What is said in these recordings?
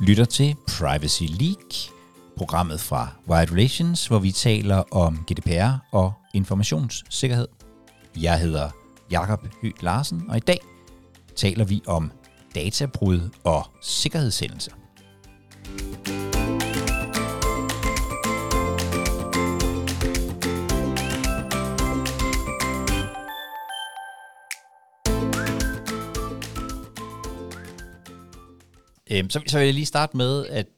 lytter til Privacy Leak, programmet fra Wired Relations, hvor vi taler om GDPR og informationssikkerhed. Jeg hedder Jakob Høgh Larsen, og i dag taler vi om databrud og sikkerhedshændelser. Så vil jeg lige starte med, at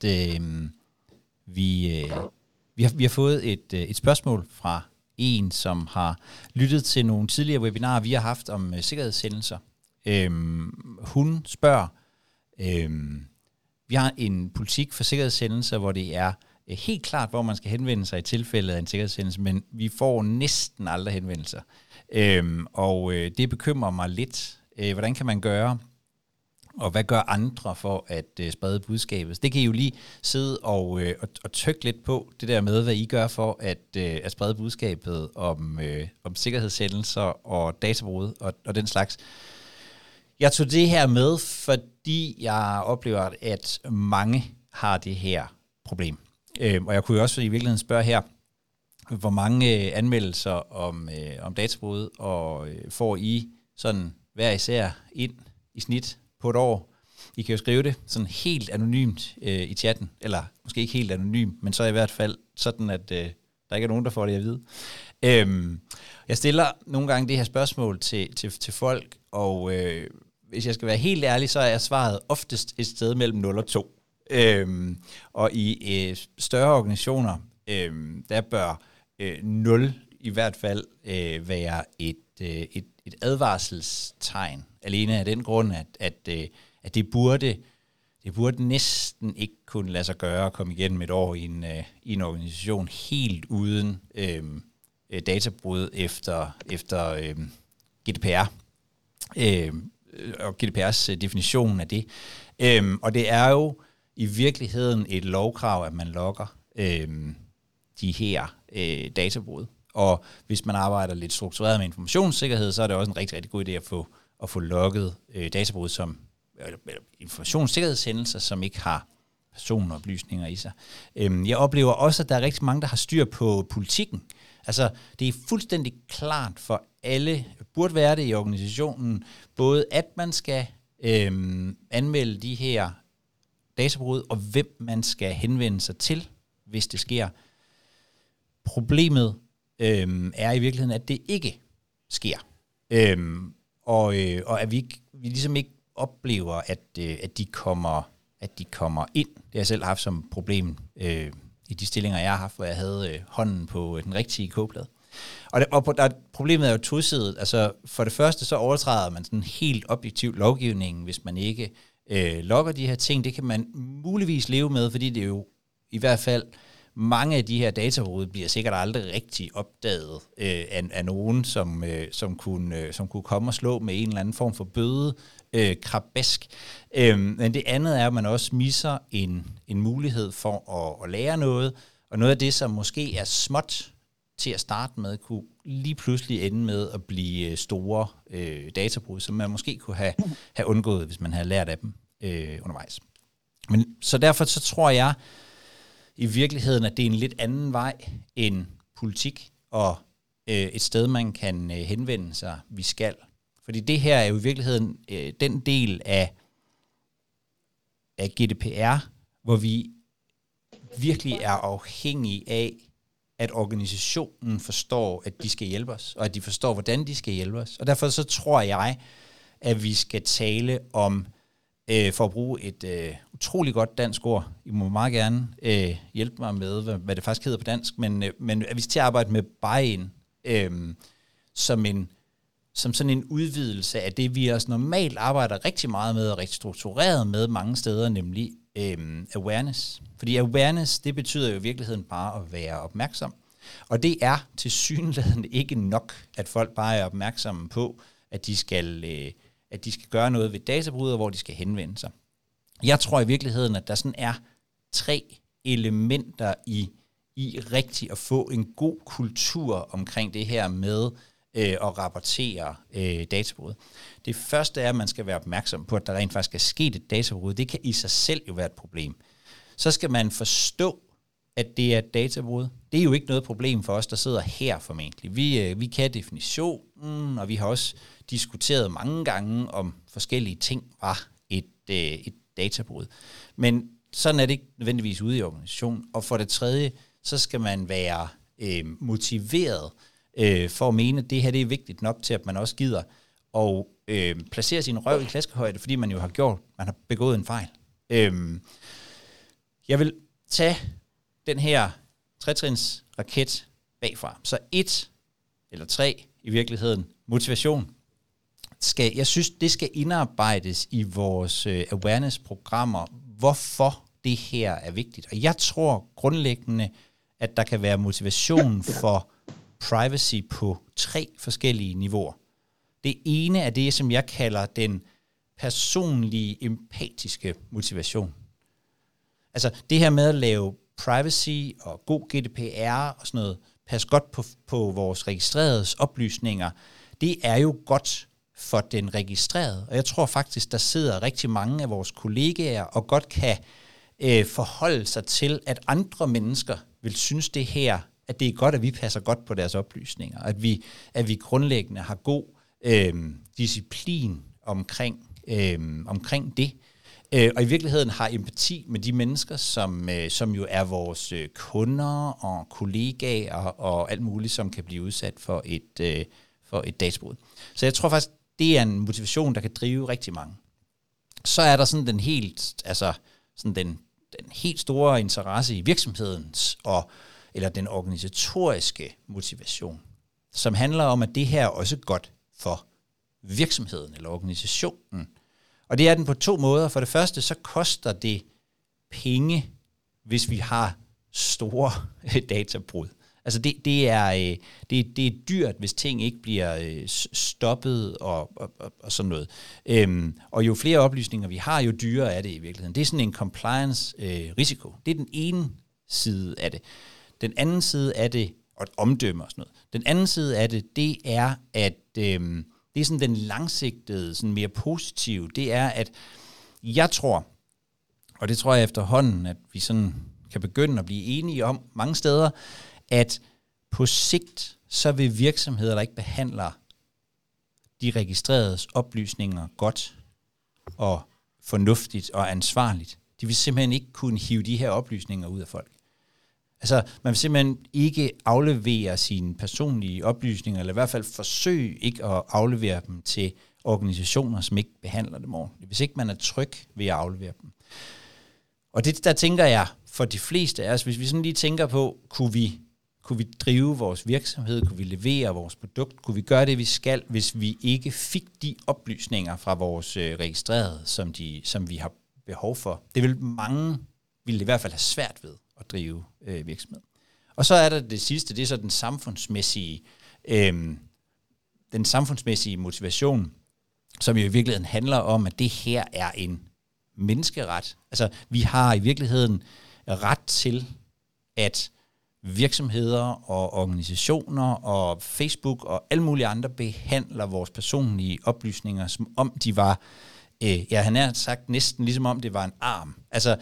vi har fået et spørgsmål fra en, som har lyttet til nogle tidligere webinarer, vi har haft om sikkerhedshændelser. Hun spørger, vi har en politik for sikkerhedshændelser, hvor det er helt klart, hvor man skal henvende sig i tilfælde af en sikkerhedshændelse, men vi får næsten aldrig henvendelser. Og det bekymrer mig lidt. Hvordan kan man gøre? Og hvad gør andre for at sprede budskabet? Det kan I jo lige sidde og tykke lidt på, det der med, hvad I gør for at sprede budskabet om sikkerhedshændelser og databrud og den slags. Jeg tog det her med, fordi jeg oplever, at mange har det her problem. Og jeg kunne jo også i virkeligheden spørge her, hvor mange anmeldelser om databrud og får I sådan hver især ind i snit på et år. I kan jo skrive det sådan helt anonymt i chatten, eller måske ikke helt anonymt, men så i hvert fald sådan, at der ikke er nogen, der får det at vide. Jeg stiller nogle gange det her spørgsmål til folk, og hvis jeg skal være helt ærlig, så er svaret oftest et sted mellem 0 og 2. Og i større organisationer, der bør 0 i hvert fald være et advarselstegn, alene af den grund, at det burde næsten ikke kunne lade sig gøre at komme igennem et år i en organisation helt uden databrud efter GDPR og GDPR's definition af det. Og det er jo i virkeligheden et lovkrav, at man logger de her databrud. Og hvis man arbejder lidt struktureret med informationssikkerhed, så er det også en rigtig, rigtig god idé at få logget databrud som informationssikkerhedshændelser, som ikke har personoplysninger i sig. Jeg oplever også, at der er rigtig mange, der har styr på politikken. Altså, det er fuldstændig klart for alle, burde være det i organisationen, både at man skal anmelde de her databrud, og hvem man skal henvende sig til, hvis det sker. Problemet er i virkeligheden, at det ikke sker. Og at vi ligesom ikke oplever, at de kommer ind. Det har jeg selv haft som problem i de stillinger, jeg har haft, hvor jeg havde hånden på den rigtige kogeplade. Og problemet er jo tosidigt. Altså for det første, så overtræder man sådan helt objektiv lovgivning, hvis man ikke logger de her ting. Det kan man muligvis leve med, fordi det er jo i hvert fald mange af de her databrud bliver sikkert aldrig rigtig opdaget af nogen, som kunne komme og slå med en eller anden form for bøde, krabesk. Men det andet er, at man også misser en mulighed for at lære noget, og noget af det, som måske er småt til at starte med, kunne lige pludselig ende med at blive store databrud, som man måske kunne have undgået, hvis man havde lært af dem undervejs. Men så derfor så tror jeg i virkeligheden, at det er en lidt anden vej end politik og et sted, man kan henvende sig, vi skal. Fordi det her er jo i virkeligheden den del af GDPR, hvor vi virkelig er afhængige af, at organisationen forstår, at de skal hjælpe os, og at de forstår, hvordan de skal hjælpe os. Og derfor så tror jeg, at vi skal tale om, for at bruge et utrolig godt dansk ord, I må meget gerne hjælpe mig med, hvad det faktisk hedder på dansk, men at vi skal til at arbejde med buy-in som sådan en udvidelse af det, vi også normalt arbejder rigtig meget med, og rigtig struktureret med mange steder, nemlig awareness. Fordi awareness, det betyder jo i virkeligheden bare at være opmærksom. Og det er tilsyneladende ikke nok, at folk bare er opmærksomme på, at de skal gøre noget ved databrud, hvor de skal henvende sig. Jeg tror i virkeligheden, at der sådan er 3 elementer i rigtig at få en god kultur omkring det her med og rapportere databrud. Det første er, at man skal være opmærksom på, at der rent faktisk er sket et databrud. Det kan i sig selv jo være et problem. Så skal man forstå, at det er et databrud. Det er jo ikke noget problem for os, der sidder her formentlig. Vi kan definitionen, og vi har også diskuteret mange gange, om forskellige ting var et databrud. Men sådan er det ikke nødvendigvis ude i organisationen. Og for det tredje, så skal man være motiveret for at mene, at det her det er vigtigt nok til, at man også gider og placere sin røv i klaskehøjde, fordi man jo man har begået en fejl. Jeg vil tage den her 3-trins raket bagfra. Så 1 eller 3 i virkeligheden, motivation. Jeg synes, det skal indarbejdes i vores awareness-programmer, hvorfor det her er vigtigt. Og jeg tror grundlæggende, at der kan være motivation for privacy på 3 forskellige niveauer. Det ene er det, som jeg kalder den personlige, empatiske motivation. Altså det her med at lave privacy og god GDPR og sådan noget, pas godt på vores registreredes oplysninger, det er jo godt for den registrerede. Og jeg tror faktisk, der sidder rigtig mange af vores kollegaer og godt kan forholde sig til, at andre mennesker vil synes det her, at det er godt, at vi passer godt på deres oplysninger, at vi grundlæggende har god disciplin omkring det. Og i virkeligheden har empati med de mennesker, som jo er vores kunder og kollegaer og alt muligt, som kan blive udsat for et databrud. Så jeg tror faktisk, det er en motivation, der kan drive rigtig mange. Så er der sådan den helt store interesse i virksomhedens eller den organisatoriske motivation, som handler om, at det her er også godt for virksomheden eller organisationen. Og det er den på 2 måder. For det første, så koster det penge, hvis vi har store databrud. Altså det er dyrt, hvis ting ikke bliver stoppet og sådan noget. Og jo flere oplysninger vi har, jo dyrere er det i virkeligheden. Det er sådan en compliance-risiko. Det er den ene side af det. Den anden side af det, og et omdømme og sådan noget. Den anden side af det er, at det er sådan den langsigtede, sådan mere positive, det er, at jeg tror, og det tror jeg efterhånden, at vi sådan kan begynde at blive enige om mange steder, at på sigt, så vil virksomheder, der ikke behandler de registreredes oplysninger godt og fornuftigt og ansvarligt, de vil simpelthen ikke kunne hive de her oplysninger ud af folk. Altså, man vil simpelthen ikke aflevere sine personlige oplysninger, eller i hvert fald forsøge ikke at aflevere dem til organisationer, som ikke behandler dem ordentligt, hvis ikke man er tryg ved at aflevere dem. Og det, der tænker jeg, for de fleste af os, hvis vi sådan lige tænker på, kunne vi drive vores virksomhed, kunne vi levere vores produkt, kunne vi gøre det, vi skal, hvis vi ikke fik de oplysninger fra vores registrerede, som vi har behov for. Det vil mange ville i hvert fald have svært ved at drive virksomhed. Og så er der det sidste, det er så den samfundsmæssige motivation, som jo i virkeligheden handler om, at det her er en menneskeret. Altså, vi har i virkeligheden ret til, at virksomheder og organisationer og Facebook og alle mulige andre behandler vores personlige oplysninger, som om de var, han har sagt næsten ligesom om det var en arm. Altså,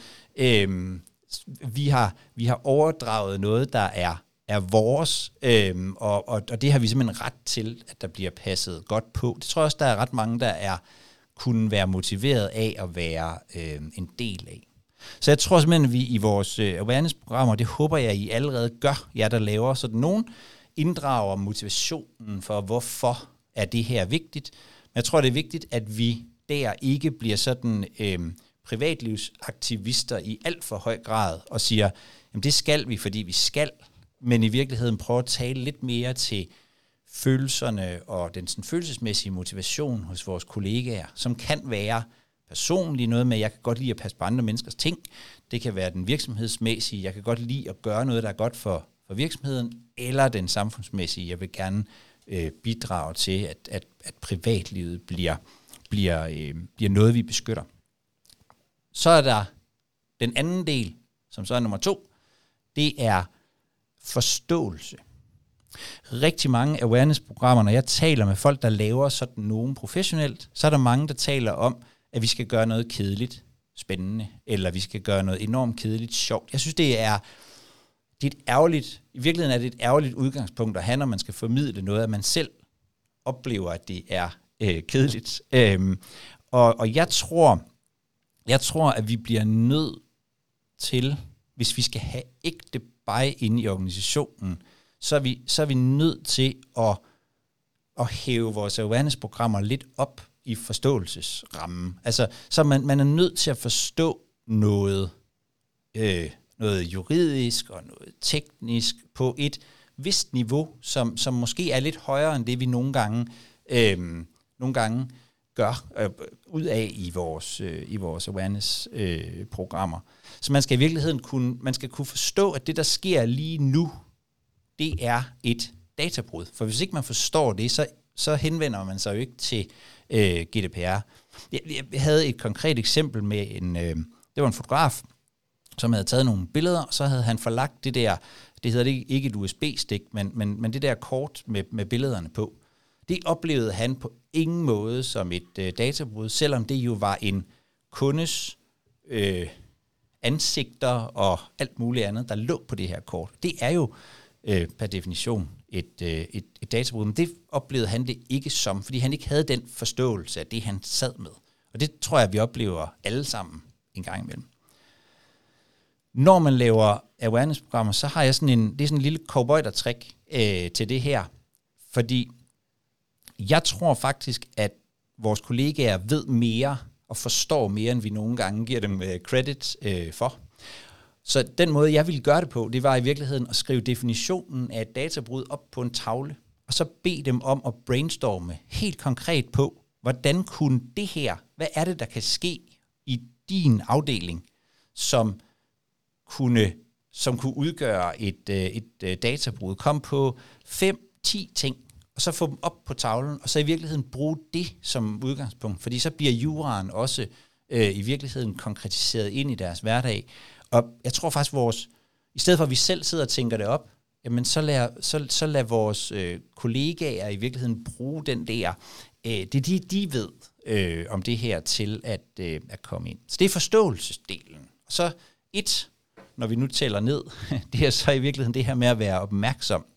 vi har overdraget noget, der er vores, og det har vi simpelthen ret til, at der bliver passet godt på. Det tror jeg også, der er ret mange, der kunne være motiveret af at være en del af. Så jeg tror simpelthen, at vi i vores awareness-programmer, det håber jeg, I allerede gør, jer der laver, så nogen inddrager motivationen for, hvorfor er det her vigtigt. Men jeg tror, det er vigtigt, at vi der ikke bliver sådan privatlivsaktivister i alt for høj grad og siger, jamen det skal vi, fordi vi skal, men i virkeligheden prøve at tale lidt mere til følelserne og den sådan følelsesmæssige motivation hos vores kollegaer, som kan være personligt noget med, jeg kan godt lide at passe på andre menneskers ting, det kan være den virksomhedsmæssige, jeg kan godt lide at gøre noget, der er godt for virksomheden, eller den samfundsmæssige, jeg vil gerne bidrage til, at privatlivet bliver noget, vi beskytter. Så er der den anden del, som så er nummer 2, det er forståelse. rigtig mange awareness-programmer, når jeg taler med folk, der laver sådan nogen professionelt, så er der mange, der taler om, at vi skal gøre noget kedeligt spændende, eller vi skal gøre noget enormt kedeligt sjovt. Jeg synes, det er et ærgerligt, i virkeligheden er det et ærgerligt udgangspunkt at have, når man skal formidle noget, at man selv oplever, at det er kedeligt. Og jeg tror, at vi bliver nødt til, hvis vi skal have ægte buy inde i organisationen, så er vi nødt til at hæve vores awareness-programmer lidt op i forståelsesrammen. Altså, så man er nødt til at forstå noget juridisk og noget teknisk på et vist niveau, som måske er lidt højere end det, vi nogle gange gør ud af i vores awareness-programmer. Så man skal i virkeligheden kunne forstå, at det, der sker lige nu, det er et databrud. For hvis ikke man forstår det, så henvender man sig jo ikke til GDPR. Jeg havde et konkret eksempel med det var en fotograf, som havde taget nogle billeder, og så havde han forlagt det hedder det ikke et USB-stik, men det der kort med billederne på. Det oplevede han på ingen måde som et databrud, selvom det jo var en kundes ansigter og alt muligt andet, der lå på det her kort. Det er jo per definition et databrud, men det oplevede han det ikke som, fordi han ikke havde den forståelse af det, han sad med. Og det tror jeg, vi oplever alle sammen en gang imellem. Når man laver awareness-programmer, så har jeg det er sådan en lille cowboy-trick til det her, fordi jeg tror faktisk, at vores kollegaer ved mere og forstår mere, end vi nogle gange giver dem credit for. Så den måde, jeg ville gøre det på, det var i virkeligheden at skrive definitionen af et databrud op på en tavle, og så bede dem om at brainstorme helt konkret på, hvordan kunne det her, hvad er det, der kan ske i din afdeling, som kunne udgøre et databrud. Kom på 5-10 ting, og så få dem op på tavlen, og så i virkeligheden bruge det som udgangspunkt, fordi så bliver juraen også i virkeligheden konkretiseret ind i deres hverdag. Og jeg tror faktisk, i stedet for at vi selv sidder og tænker det op, jamen så lad vores kollegaer i virkeligheden bruge den der, det de ved om det her til at komme ind. Så det er forståelsesdelen. Og så når vi nu tæller ned, det er så i virkeligheden det her med at være opmærksom.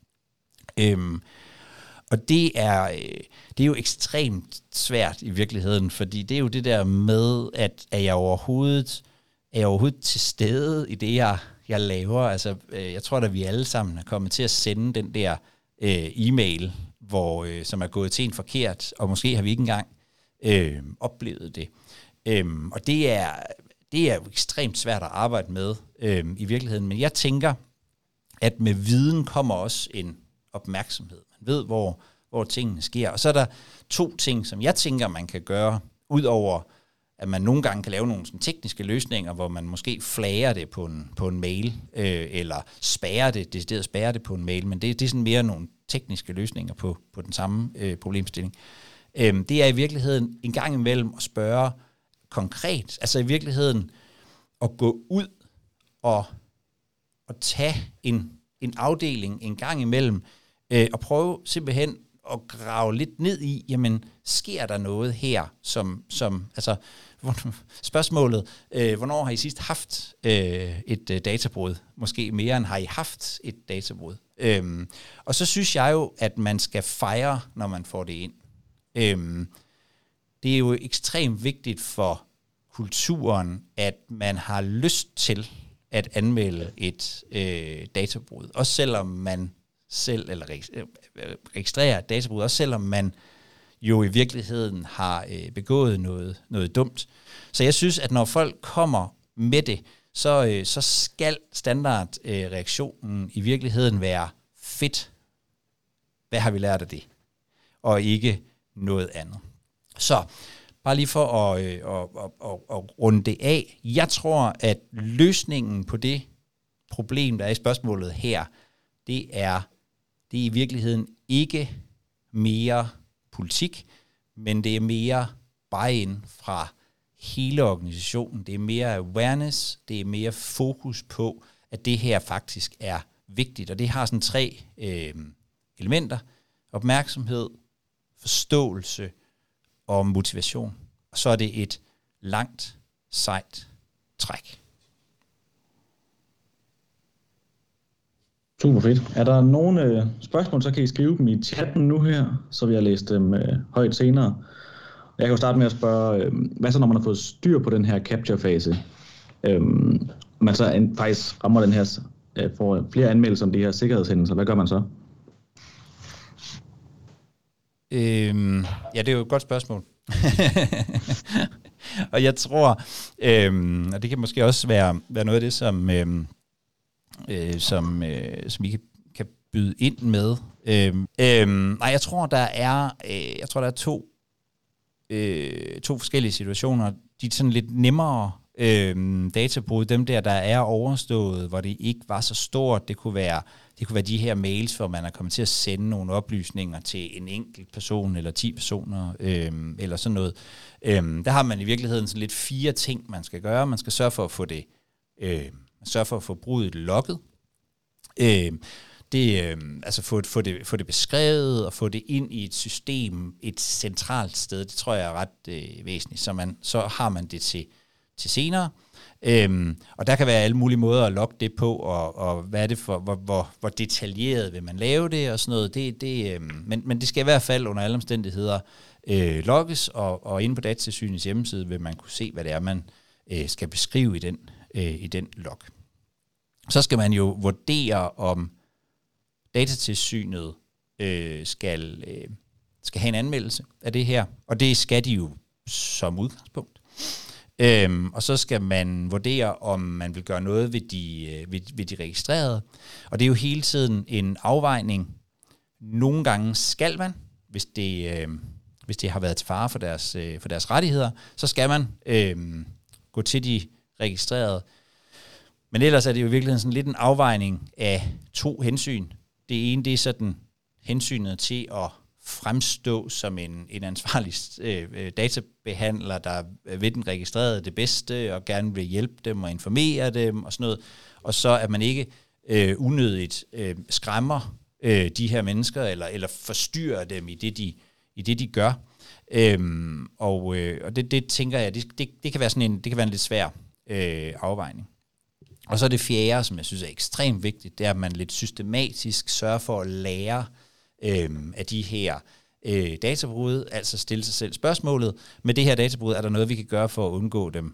Og det er jo ekstremt svært i virkeligheden, fordi det er jo det der med, at er jeg overhovedet til stede i det, jeg laver. Altså, jeg tror, at vi alle sammen er kommet til at sende den der e-mail, som er gået til en forkert, og måske har vi ikke engang oplevet det. Og det er jo ekstremt svært at arbejde med i virkeligheden, men jeg tænker, at med viden kommer også en opmærksomhed. Man ved, hvor tingene sker. Og så er der 2 ting, som jeg tænker, man kan gøre, udover at man nogle gange kan lave nogle sådan tekniske løsninger, hvor man måske flagger det på en mail, eller decideret spærrer det på en mail, men det er sådan mere nogle tekniske løsninger på den samme problemstilling. Det er i virkeligheden en gang imellem at spørge konkret, altså i virkeligheden at gå ud og tage en afdeling en gang imellem, og prøve simpelthen at grave lidt ned i, jamen, sker der noget her, som altså, spørgsmålet, hvornår har I sidst haft et databrud? Måske mere end har I haft et databrud? Og så synes jeg jo, at man skal fejre, når man får det ind. Det er jo ekstremt vigtigt for kulturen, at man har lyst til at anmelde et databrud. Også selvom man eller registrerer et databrud, også selvom man jo i virkeligheden har begået noget dumt. Så jeg synes, at når folk kommer med det, så skal standardreaktionen i virkeligheden være fedt. Hvad har vi lært af det? Og ikke noget andet. Så bare lige for at runde det af. Jeg tror, at løsningen på det problem, der er i spørgsmålet her, det er i virkeligheden ikke mere politik, men det er mere buy-in fra hele organisationen. Det er mere awareness, det er mere fokus på, at det her faktisk er vigtigt. Og det har sådan 3 elementer: opmærksomhed, forståelse og motivation. Og så er det et langt, sejt træk. Super fedt. Er der nogle spørgsmål, så kan I skrive dem i chatten nu her, så vi har læst dem højt senere. Jeg kan jo starte med at spørge, hvad så når man har fået styr på den her capture-fase? Man så faktisk rammer den her, får flere anmeldelser om de her sikkerhedshændelser. Hvad gør man så? Ja, det er jo et godt spørgsmål. Og jeg tror, og det kan måske også være noget af det, som I kan byde ind med. Nej, jeg tror, der er to forskellige situationer. De er sådan lidt nemmere databrud, dem der er overstået, hvor det ikke var så stort. Det kunne være de her mails, hvor man er kommet til at sende nogle oplysninger til en enkelt person eller 10 personer, eller sådan noget. Der har man i virkeligheden sådan lidt 4 ting, man skal gøre. Man skal sørge for at få det, bruddet logget. Altså få det beskrevet og få det ind i et system, et centralt sted. Det tror jeg er ret væsentligt. Så har man det til senere. Og der kan være alle mulige måder at logge det på, og hvad er det for, hvor detaljeret vil man lave det og sådan noget. Men det skal i hvert fald under alle omstændigheder logges, og inde på Datatilsynets hjemmeside vil man kunne se, hvad det er, man skal beskrive i den log. Så skal man jo vurdere, om Datatilsynet skal have en anmeldelse af det her, og det skal de jo som udgangspunkt. Og så skal man vurdere, om man vil gøre noget ved de registrerede. Og det er jo hele tiden en afvejning. Nogle gange skal man, hvis det har været til fare for deres rettigheder, så skal man gå til de registrerede. Men ellers er det jo i virkeligheden sådan lidt en afvejning af 2 hensyn. Det ene, det er sådan hensynet til at fremstå som en ansvarlig databehandler, der vil den registrerede det bedste, og gerne vil hjælpe dem og informere dem og sådan noget. Og så at man ikke unødigt skræmmer de her mennesker, eller forstyrrer dem i det de gør. Og det tænker jeg, det kan være sådan det kan være en lidt svær afvejning. Og så det fjerde, som jeg synes er ekstremt vigtigt, det er, at man lidt systematisk sørger for at lære af de her databrud, altså stille sig selv spørgsmålet: med det her databrud, er der noget, vi kan gøre for at undgå dem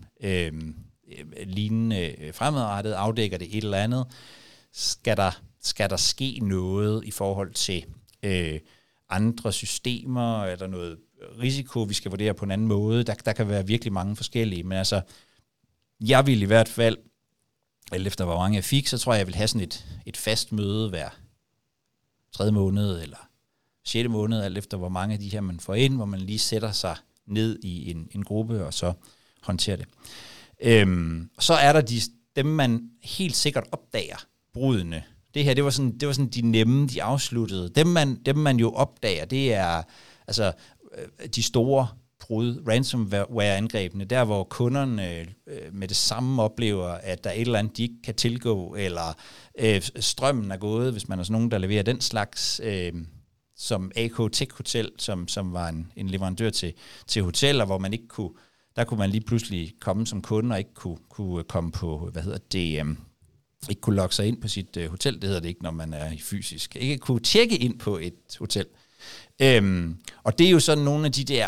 lignende fremadrettet? Afdækker det et eller andet? Skal der ske noget i forhold til andre systemer? Er der noget risiko, vi skal vurdere på en anden måde? Der kan være virkelig mange forskellige, men altså, jeg vil i hvert fald, alt efter hvor mange jeg fik, så tror jeg vil have sådan et fast møde hver 3. måned eller 6. måned, alt efter hvor mange af de her man får ind, hvor man lige sætter sig ned i en gruppe og så håndterer det. Så er der dem, man helt sikkert opdager brudene. Det her, det var sådan de nemme, de afsluttede. Dem man jo opdager, det er altså de store brud, ransomware-angrebene, der hvor kunderne med det samme oplever, at der er et eller andet, de ikke kan tilgå, eller strømmen er gået, hvis man er sådan nogen, der leverer den slags, som AK Tech Hotel, som var en leverandør til hoteller, hvor man ikke kunne, der kunne man lige pludselig komme som kunde, og ikke kunne komme på, ikke kunne logge sig ind på sit hotel, det hedder det ikke, når man er fysisk, ikke kunne tjekke ind på et hotel. Og det er jo sådan nogle af de der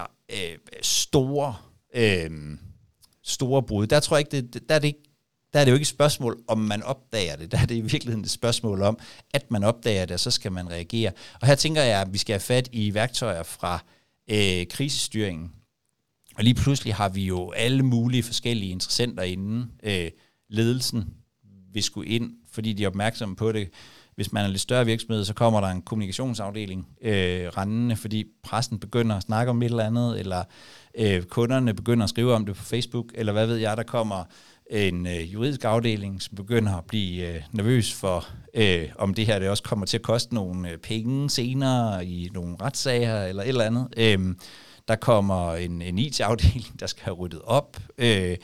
store brud. Der tror jeg ikke, der er det jo ikke et spørgsmål, om man opdager det. Der er det i virkeligheden et spørgsmål om, at man opdager det, og så skal man reagere. Og her tænker jeg, at vi skal have fat i værktøjer fra krisestyringen. Og lige pludselig har vi jo alle mulige forskellige interessenter inden. Ledelsen vil skulle ind, fordi de er opmærksomme på det. Hvis man er en lidt større virksomhed, så kommer der en kommunikationsafdeling rendende, fordi pressen begynder at snakke om et eller andet, eller kunderne begynder at skrive om det på Facebook, eller hvad ved jeg, der kommer en juridisk afdeling, som begynder at blive nervøs for, om det her det også kommer til at koste nogle penge senere i nogle retssager, eller et eller andet. Der kommer en IT-afdeling, der skal have ryddet op.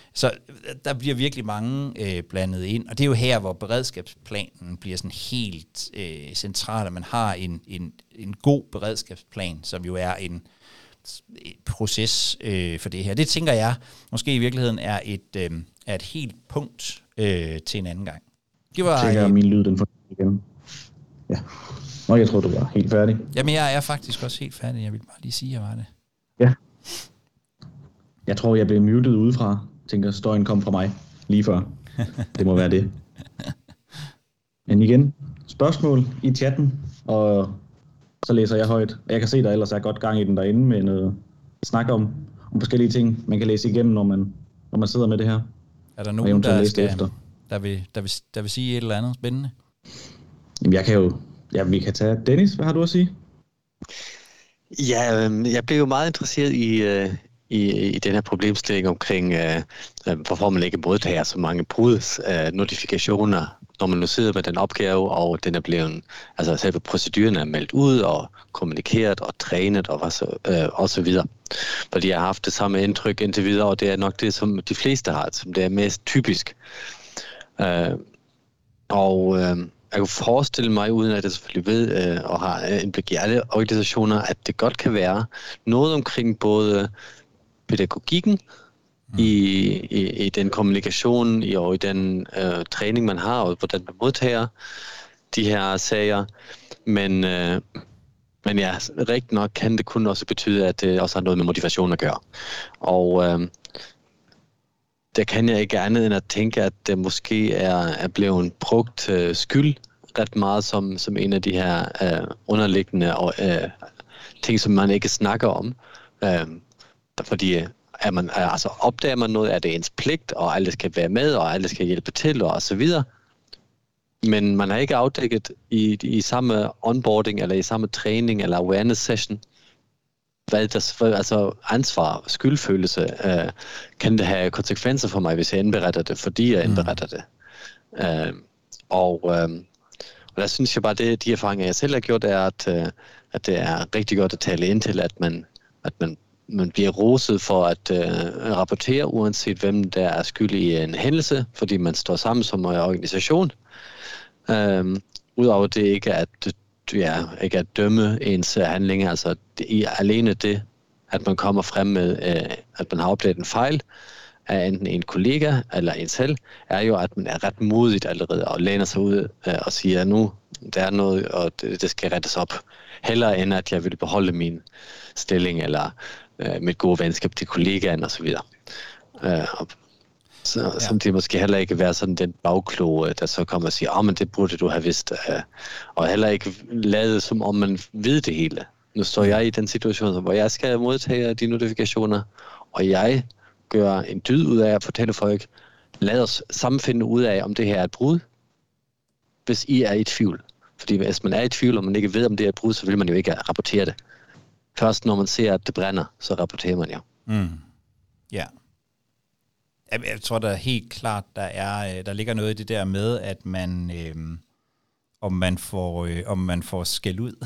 Så der bliver virkelig mange blandet ind, og det er jo her, hvor beredskabsplanen bliver sådan helt central, at man har en god beredskabsplan, som jo er en proces for det her. Det tænker jeg måske i virkeligheden er et helt punkt til en anden gang. Det var, jeg tjekker min lyd, den får igen. Ja. Nå, jeg tror du var helt færdig. Jamen, jeg er faktisk også helt færdig. Jeg vil bare lige sige, at jeg var det. Ja. Jeg tror, jeg blev muted udefra. Tænker, støjen kom fra mig lige før. Det må være det. Men igen, spørgsmål i chatten, og så læser jeg højt. Jeg kan se, der ellers er godt gang i den derinde med noget snak om forskellige ting, man kan læse igennem, når man sidder med det her. Er der nogen, der vil sige et eller andet spændende? Jamen, jeg kan jo... Ja, vi kan tage Dennis. Hvad har du at sige? Ja, jeg blev jo meget interesseret i den her problemstilling omkring, hvorfor man ikke modtager så mange notifikationer, når man nu sidder med den opgave, og den er blevet, altså selve proceduren er meldt ud og kommunikeret og trænet og så videre. Fordi jeg har haft det samme indtryk indtil videre, og det er nok det, som de fleste har, som det er mest typisk. Jeg kunne forestille mig, uden at jeg selvfølgelig ved og har indblik i alle organisationer, at det godt kan være noget omkring både pædagogikken i den kommunikation og i den træning, man har, og hvordan man modtager de her sager. Men ja, rigtig nok kan det kun også betyde, at det også har noget med motivation at gøre. Og der kan jeg ikke andet end at tænke, at det måske er blevet brugt skyld ret meget som en af de her underliggende ting, som man ikke snakker om. Fordi opdager man noget, er det ens pligt, og alle skal være med, og alle skal hjælpe til, og så videre. Men man har ikke afdækket i samme onboarding, eller i samme træning, eller awareness session, hvad der, altså ansvar, skyldfølelse, kan det have konsekvenser for mig, hvis jeg indberetter det, fordi jeg indberetter det. Og der synes jeg bare, de erfaringer, jeg selv har gjort, er, at det er rigtig godt at tale ind til, at man bliver roset for at rapportere, uanset hvem der er skyld i en hændelse, fordi man står sammen som organisation. Udover det ikke at dømme ens handlinger, altså alene det, at man kommer frem med, at man har opdaget en fejl af enten en kollega eller en selv, er jo, at man er ret modigt allerede og læner sig ud og siger, nu der er noget, og det skal rettes op. Hellere end at jeg vil beholde min stilling eller mit gode venskab til kollegaen og så videre. Så det måske heller ikke være sådan den bagkloge, der så kommer og siger, men det burde du have vidst. Og heller ikke lade, som om man ved det hele. Nu står jeg i den situation, hvor jeg skal modtage de notifikationer, og jeg gør en dyd ud af at fortælle folk, lad os sammen finde ud af, om det her er et brud, hvis I er i tvivl. Fordi hvis man er i tvivl, og man ikke ved, om det er et brud, så vil man jo ikke rapportere det. Først når man ser, at det brænder, så rapporterer man jo. Ja. Jeg tror da helt klart, der ligger noget i det der med, at man om man får skæld ud.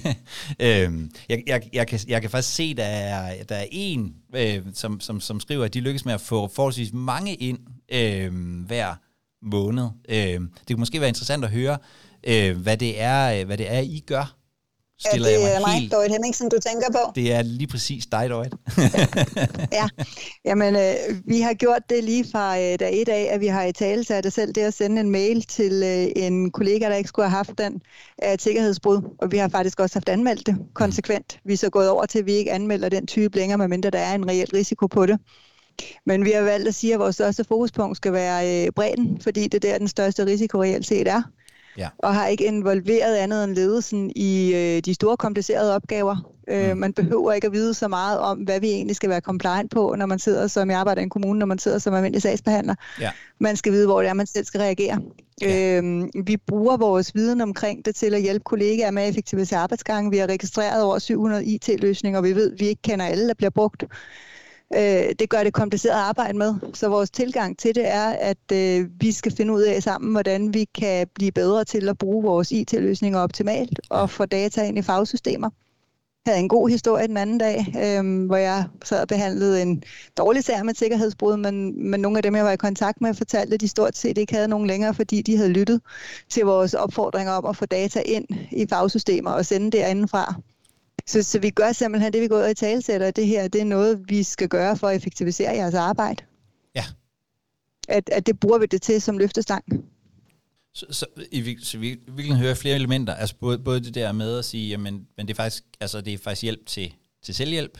Jeg kan faktisk se, der er en, som skriver, at de lykkes med at få forholdsvis mange ind hver måned. Det kunne måske være interessant at høre, hvad det er, I gør. Det er mig, Dorit Hemmingsen, du tænker på. Det er lige præcis dig, Dorit. Ja, jamen vi har gjort det lige fra dag 1 af, at vi har i tale sat det selv, det at sende en mail til en kollega, der ikke skulle have haft den af et sikkerhedsbrud, og vi har faktisk også haft anmeldt det konsekvent. Vi er så gået over til, at vi ikke anmelder den type længere, medmindre der er en reel risiko på det. Men vi har valgt at sige, at vores største fokuspunkt skal være bredden, fordi det er der, den største risiko reelt set er. Ja. Og har ikke involveret andet end ledelsen i de store komplicerede opgaver. Man behøver ikke at vide så meget om, hvad vi egentlig skal være compliant på, når man sidder som, jeg arbejder i en kommune, når man sidder som almindelig sagsbehandler. Ja. Man skal vide, hvor det er, man selv skal reagere. Ja. Vi bruger vores viden omkring det til at hjælpe kollegaer med at effektivisere arbejdsgangen. Vi har registreret over 700 IT-løsninger, og vi ved, at vi ikke kender alle, der bliver brugt. Det gør det kompliceret at arbejde med, så vores tilgang til det er, at vi skal finde ud af sammen, hvordan vi kan blive bedre til at bruge vores IT-løsninger optimalt og få data ind i fagsystemer. havde en god historie den anden dag, hvor jeg sad og behandlede en dårlig sag med et sikkerhedsbrud, men nogle af dem, jeg var i kontakt med, fortalte, at de stort set ikke havde nogen længere, fordi de havde lyttet til vores opfordringer om at få data ind i fagsystemer og sende derindefra. Så vi gør simpelthen det, vi går ud og italesætter, at det her det er noget, vi skal gøre for at effektivisere jeres arbejde. Ja. At det bruger vi det til som løftestang. Så vi virkelig hører flere elementer, altså både det der med at sige, jamen, men det er faktisk hjælp til selvhjælp,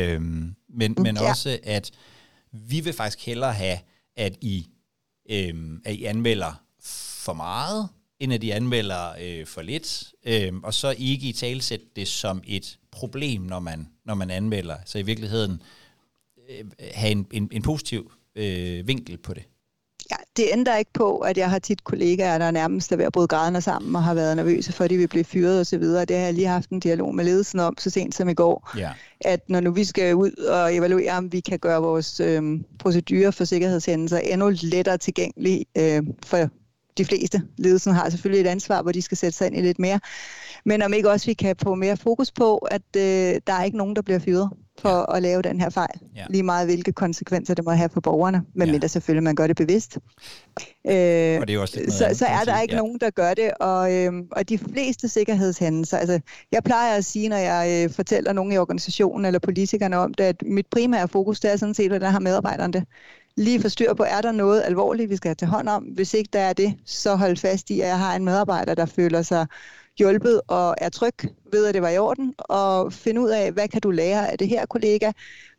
men også, at vi vil faktisk hellere have, at I anmelder for meget, end at I anmelder for lidt, og så ikke i talesætte det som et problem, når man anmelder, så i virkeligheden have en positiv vinkel på det. Ja, det ændrer ikke på, at jeg har tit kollegaer, der nærmest er ved at bryde grædende sammen og har været nervøse for, at de vil blive fyret osv. Det har jeg lige haft en dialog med ledelsen om, så sent som i går. Ja. At når nu vi skal ud og evaluere, om vi kan gøre vores procedurer for sikkerhedshændelser endnu lettere tilgængelige for de fleste. Ledelsen har selvfølgelig et ansvar, hvor de skal sætte sig ind i lidt mere. Men om ikke også vi kan få mere fokus på, at der er ikke nogen, der bliver fyret for at lave den her fejl. Ja. Lige meget hvilke konsekvenser det må have for borgerne, medmindre selvfølgelig man gør det bevidst. Og det er også så er der ikke nogen, der gør det, og de fleste sikkerhedshændelser, altså jeg plejer at sige, når jeg fortæller nogen i organisationen eller politikerne om det, at mit primære fokus, det er sådan set, at der har medarbejderne det. Lige få styr på, er der noget alvorligt, vi skal tage hånd om? Hvis ikke der er det, så hold fast i, at jeg har en medarbejder, der føler sig hjulpet og er tryg ved, at det var i orden, og finde ud af, hvad kan du lære af det her, kollega,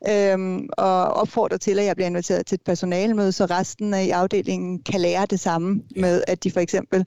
og opfordre til, at jeg bliver inviteret til et personalemøde, så resten af afdelingen kan lære det samme med, at de for eksempel,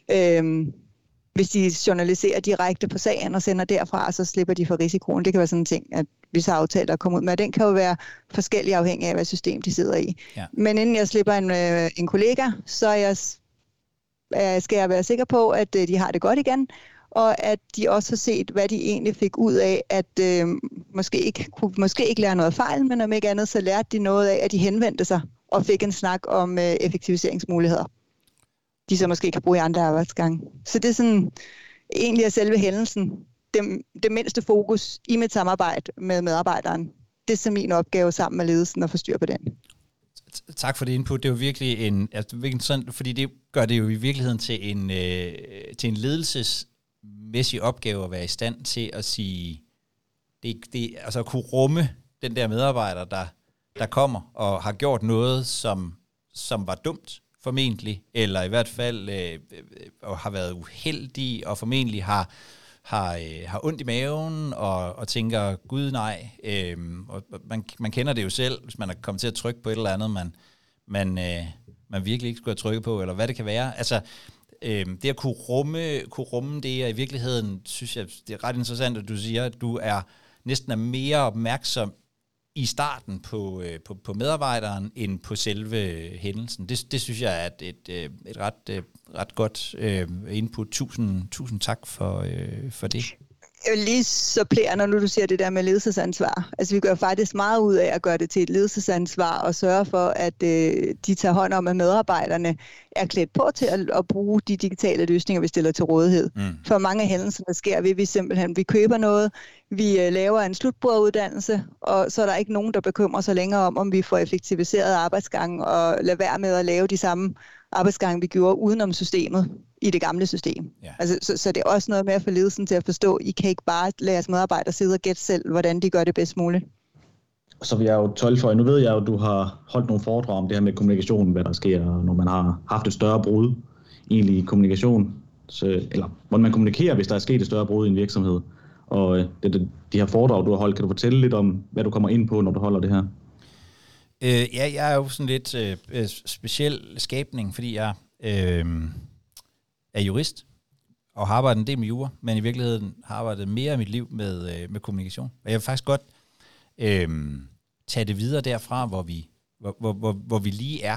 hvis de journaliserer direkte på sagen og sender derfra, så slipper de for risikoen. Det kan være sådan en ting, at vi så aftaler at komme ud med. Den kan jo være forskellig afhængig af, hvad system de sidder i. Ja. Men inden jeg slipper en kollega, så skal jeg være sikker på, at de har det godt igen, og at de også har set, hvad de egentlig fik ud af, at måske ikke lære noget fejl, men om ikke andet, så lærte de noget af, at de henvendte sig og fik en snak om effektiviseringsmuligheder, de så måske kan bruge i andre arbejdsgange. Så det er sådan egentlig af selve hændelsen, det mindste fokus i mit samarbejde med medarbejderen. Det er så min opgave sammen med ledelsen at få styr på den. Tak for det input. Det er jo virkelig fordi det gør det jo i virkeligheden til en ledelsesmæssig opgave at være i stand til at sige, altså at kunne rumme den der medarbejder, der kommer og har gjort noget, som var dumt formentlig, eller i hvert fald og har været uheldig og formentlig har ondt i maven og tænker, gud nej, og man kender det jo selv, hvis man er kommet til at trykke på et eller andet, man virkelig ikke skulle have trykket på, eller hvad det kan være. Altså, det at kunne rumme det, og i virkeligheden synes jeg, det er ret interessant, at du siger, at du næsten er mere opmærksom i starten på medarbejderen, end på selve hændelsen. Det synes jeg er et ret godt input. Tusind tak for det. Jeg vil lige supplere, når du siger det der med ledelsesansvar. Altså vi gør faktisk meget ud af at gøre det til et ledelsesansvar og sørge for, at de tager hånd om, at medarbejderne er klædt på til at bruge de digitale løsninger, vi stiller til rådighed. For mange af hændelserne sker vi simpelthen, vi køber noget, vi laver en slutbrugeruddannelse, og så er der ikke nogen, der bekymrer sig længere om vi får effektiviseret arbejdsgangen og lader være med at lave de samme arbejdsgange, vi gjorde udenom systemet i det gamle system. Ja. Altså, så det er også noget med at få ledelsen til at forstå, I kan ikke bare lade jeres medarbejdere sidde og gætte selv, hvordan de gør det bedst muligt. Så vil jeg jo tilføje, nu ved jeg jo, at du har holdt nogle foredrag om det her med kommunikation, hvad der sker, når man har haft et større brud egentlig i kommunikation, eller hvordan man kommunikerer, hvis der er sket et større brud i en virksomhed. Og de her foredrag, du har holdt, kan du fortælle lidt om, hvad du kommer ind på, når du holder det her? Ja, jeg er jo sådan lidt speciel skabning, fordi jeg er jurist og har arbejdet en del med jura, men i virkeligheden har arbejdet mere af mit liv med kommunikation. Og jeg vil faktisk godt tage det videre derfra, hvor vi lige er.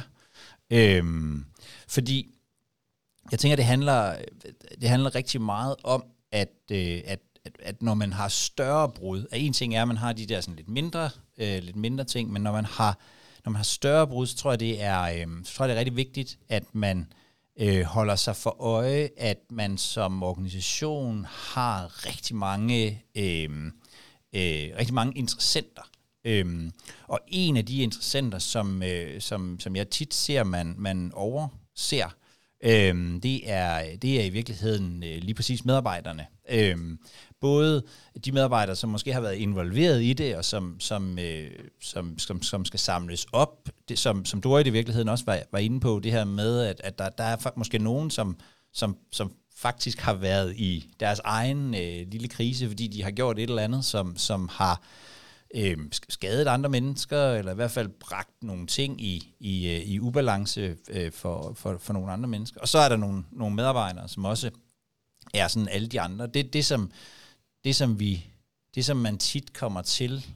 Fordi jeg tænker, det handler rigtig meget om, at når man har større brud, at en ting er, at man har de der sådan lidt mindre ting, men når man har større brud, så tror jeg, det er rigtig vigtigt, at man holder sig for øje, at man som organisation har rigtig mange interessenter. Og en af de interessenter, som jeg tit ser, man overser, det er i virkeligheden lige præcis medarbejderne. Både de medarbejdere, som måske har været involveret i det, og som skal samles op, det, som Dorrit i virkeligheden også var inde på, det her med, at der er måske nogen, som faktisk har været i deres egen lille krise, fordi de har gjort et eller andet, som har skadet andre mennesker, eller i hvert fald bragt nogle ting i ubalance for nogle andre mennesker. Og så er der nogle medarbejdere, som også er sådan alle de andre. Det som man tit kommer til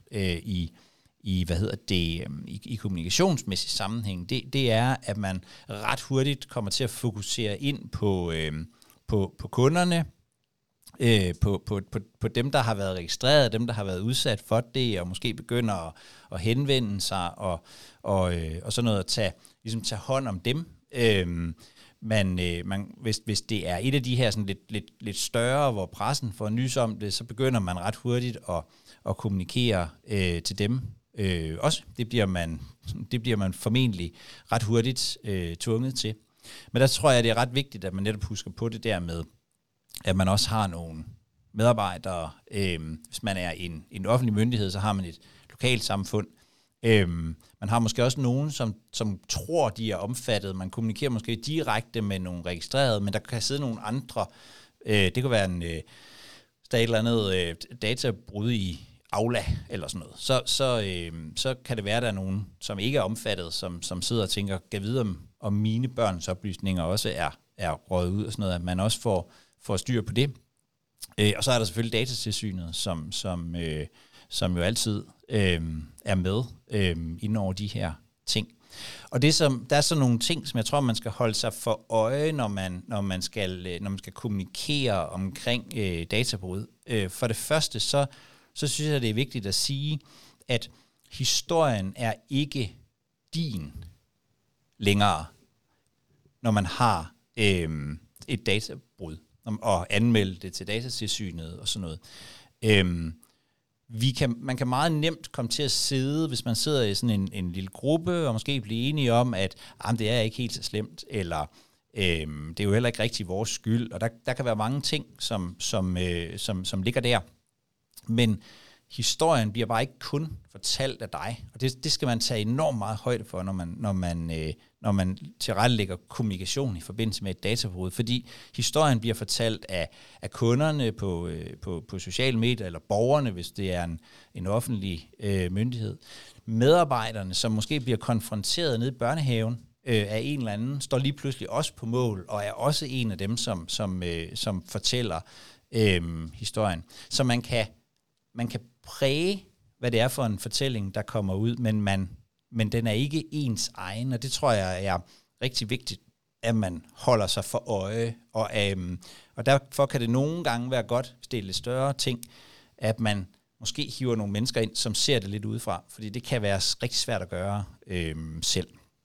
i kommunikationsmæssig sammenhæng, det er, at man ret hurtigt kommer til at fokusere ind på kunderne, på dem, der har været registreret, dem, der har været udsat for det, og måske begynder at henvende sig, og sådan noget, at tage hånd om dem. Hvis det er et af de her sådan lidt større, hvor pressen får nys om det, så begynder man ret hurtigt at kommunikere til dem også. Det bliver man formentlig ret hurtigt tvunget til. Men der tror jeg, det er ret vigtigt, at man netop husker på det der med, at man også har nogle medarbejdere. Hvis man er en offentlig myndighed, så har man et lokalt samfund. Man har måske også nogen, som tror, de er omfattet. Man kommunikerer måske direkte med nogle registrerede, men der kan sidde nogle andre. Det kan være der er et eller andet databrud i Aula eller sådan noget. Så kan det være, at der er nogen, som ikke er omfattet, som sidder og tænker, kan vide om mine børns oplysninger også er røget ud og sådan noget, at man også får styr på det. Og så er der selvfølgelig Datatilsynet, som jo altid er med inden over de her ting. Og der er så nogle ting, som jeg tror, man skal holde sig for øje, når man skal kommunikere omkring databrud. For det første, så synes jeg, det er vigtigt at sige, at historien er ikke din længere, når man har et databrud og anmelde det til Datatilsynet og sådan noget. Man kan meget nemt komme til at sidde, hvis man sidder i sådan en lille gruppe, og måske blive enige om, at det er ikke helt så slemt, eller det er jo heller ikke rigtig vores skyld, og der kan være mange ting, som ligger der. Men historien bliver bare ikke kun fortalt af dig, og det skal man tage enormt meget højde for, når man tilrettelægger kommunikation i forbindelse med et databrud, fordi historien bliver fortalt af kunderne på sociale medier, eller borgerne, hvis det er en offentlig myndighed. Medarbejderne, som måske bliver konfronteret nede i børnehaven af en eller anden, står lige pludselig også på mål, og er også en af dem, som fortæller historien. Så man kan præge, hvad det er for en fortælling, der kommer ud, men den er ikke ens egen, og det tror jeg er rigtig vigtigt, at man holder sig for øje, og derfor kan det nogle gange være godt, hvis det er lidt større ting, at man måske hiver nogle mennesker ind, som ser det lidt udefra, fordi det kan være rigtig svært at gøre selv.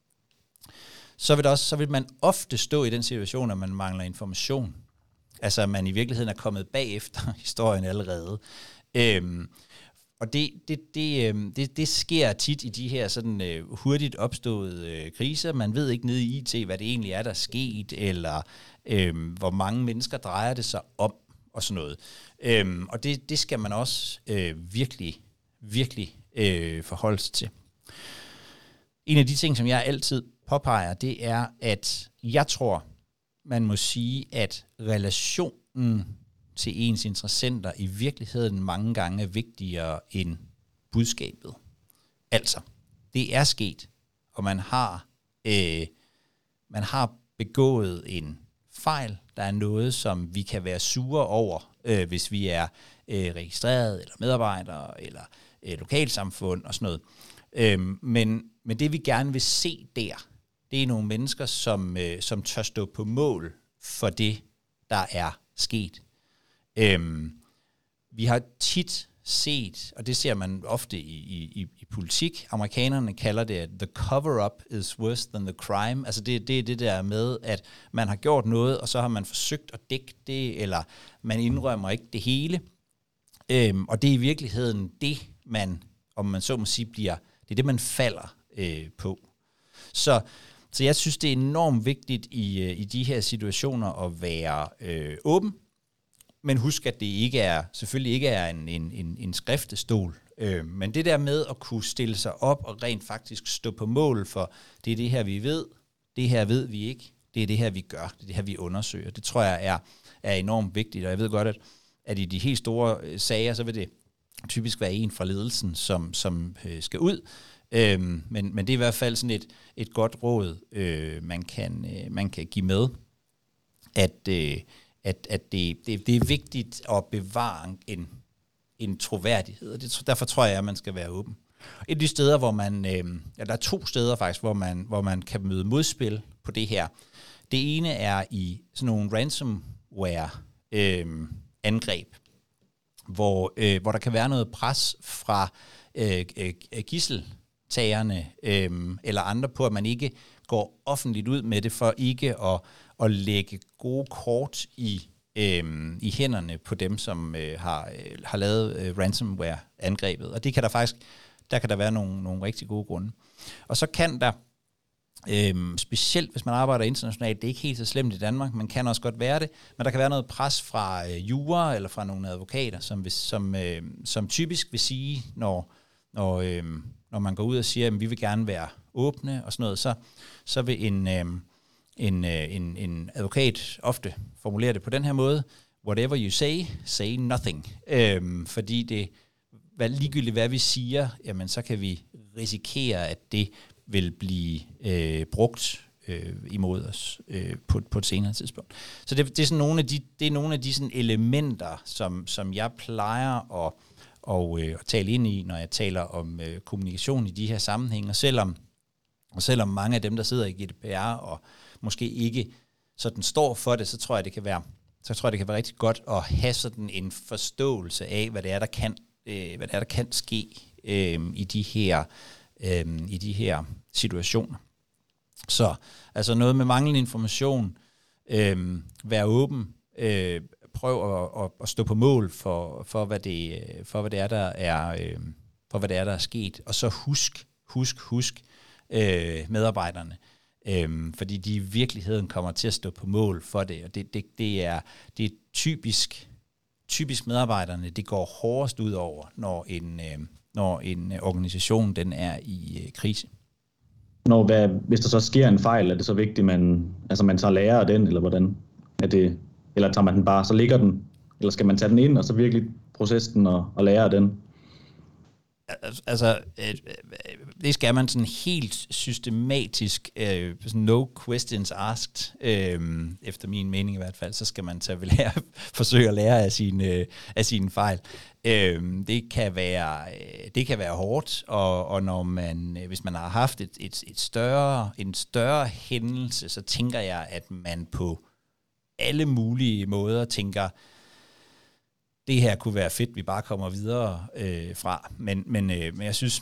Så vil man ofte stå i den situation, at man mangler information. Altså, at man i virkeligheden er kommet bagefter historien allerede. Og det sker tit i de her sådan hurtigt opståede kriser. Man ved ikke nede i IT, hvad det egentlig er, der er sket, eller hvor mange mennesker drejer det sig om, og sådan noget. Og det skal man også virkelig, virkelig forholde sig til. En af de ting, som jeg altid påpeger, det er, at jeg tror, man må sige, at relationen til ens interessenter i virkeligheden mange gange er vigtigere end budskabet. Altså, det er sket, og man har begået en fejl. Der er noget, som vi kan være sure over, hvis vi er registreret, eller medarbejdere, eller lokalsamfund og sådan noget. Men det, vi gerne vil se der, det er nogle mennesker, som tør stå på mål for det, der er sket. Vi har tit set, og det ser man ofte i politik. Amerikanerne kalder det, at the cover-up is worse than the crime. Altså det er det der med, at man har gjort noget, og så har man forsøgt at dække det, eller man indrømmer ikke det hele. Og det er i virkeligheden det, man, om man så må sige, det er det, man falder på. Så jeg synes, det er enormt vigtigt i de her situationer at være åben, men husk, at det selvfølgelig ikke er en skriftestol. Men det der med at kunne stille sig op og rent faktisk stå på mål for, det er det her, vi ved, det her ved vi ikke, det er det her, vi gør, det er det her, vi undersøger. Det tror jeg er enormt vigtigt, og jeg ved godt, at i de helt store sager, så vil det typisk være en fra ledelsen, som skal ud. Men det er i hvert fald sådan et godt råd, man kan give med, at det er vigtigt at bevare en troværdighed, og derfor tror jeg, at man skal være åben. Et af de steder, hvor man, der er 2 steder faktisk, hvor man kan møde modspil på det her. Det ene er i sådan nogle ransomware angreb, hvor der kan være noget pres fra gidseltagerne eller andre på, at man ikke går offentligt ud med det, for ikke at lægge gode kort i hænderne på dem, som har lavet ransomware-angrebet. Og det kan der kan der være nogle rigtig gode grunde. Og så kan der, specielt hvis man arbejder internationalt, det er ikke helt så slemt i Danmark, man kan også godt være det, men der kan være noget pres fra jura eller fra nogle advokater, som typisk vil sige, når man går ud og siger, at vi vil gerne være åbne og sådan noget, så vil en advokat ofte formulere det på den her måde: whatever you say nothing. Fordi det, ligegyldigt hvad vi siger, jamen så kan vi risikere, at det vil blive brugt imod os på et senere tidspunkt. Så det er sådan nogle af de sådan elementer, som jeg plejer at tale ind i, når jeg taler om kommunikation i de her sammenhænge. Og selvom mange af dem, der sidder i GDPR og måske ikke sådan står for det, så tror jeg, det kan være rigtig godt at have sådan en forståelse af, hvad det er, der kan ske i de her situationer. Så altså noget med manglende information, vær åben, prøv at stå på mål for hvad det er, der er sket, og så husk medarbejderne, fordi de i virkeligheden kommer til at stå på mål for det, og det er typisk medarbejderne, det går hårdest ud over, når en organisation den er i krise. Hvis der så sker en fejl, er det så vigtigt, man tager lære af den, eller hvordan er det, eller tager man den bare, så ligger den, eller skal man tage den ind, og så virkelig processe den og lære af den? Altså, det skal man sådan helt systematisk, no questions asked, efter min mening i hvert fald, så skal man forsøge at lære af sine fejl. Det kan være hårdt, og når hvis man har haft en større hændelse, så tænker jeg, at man på alle mulige måder tænker, det her kunne være fedt, vi bare kommer videre fra. Men jeg synes,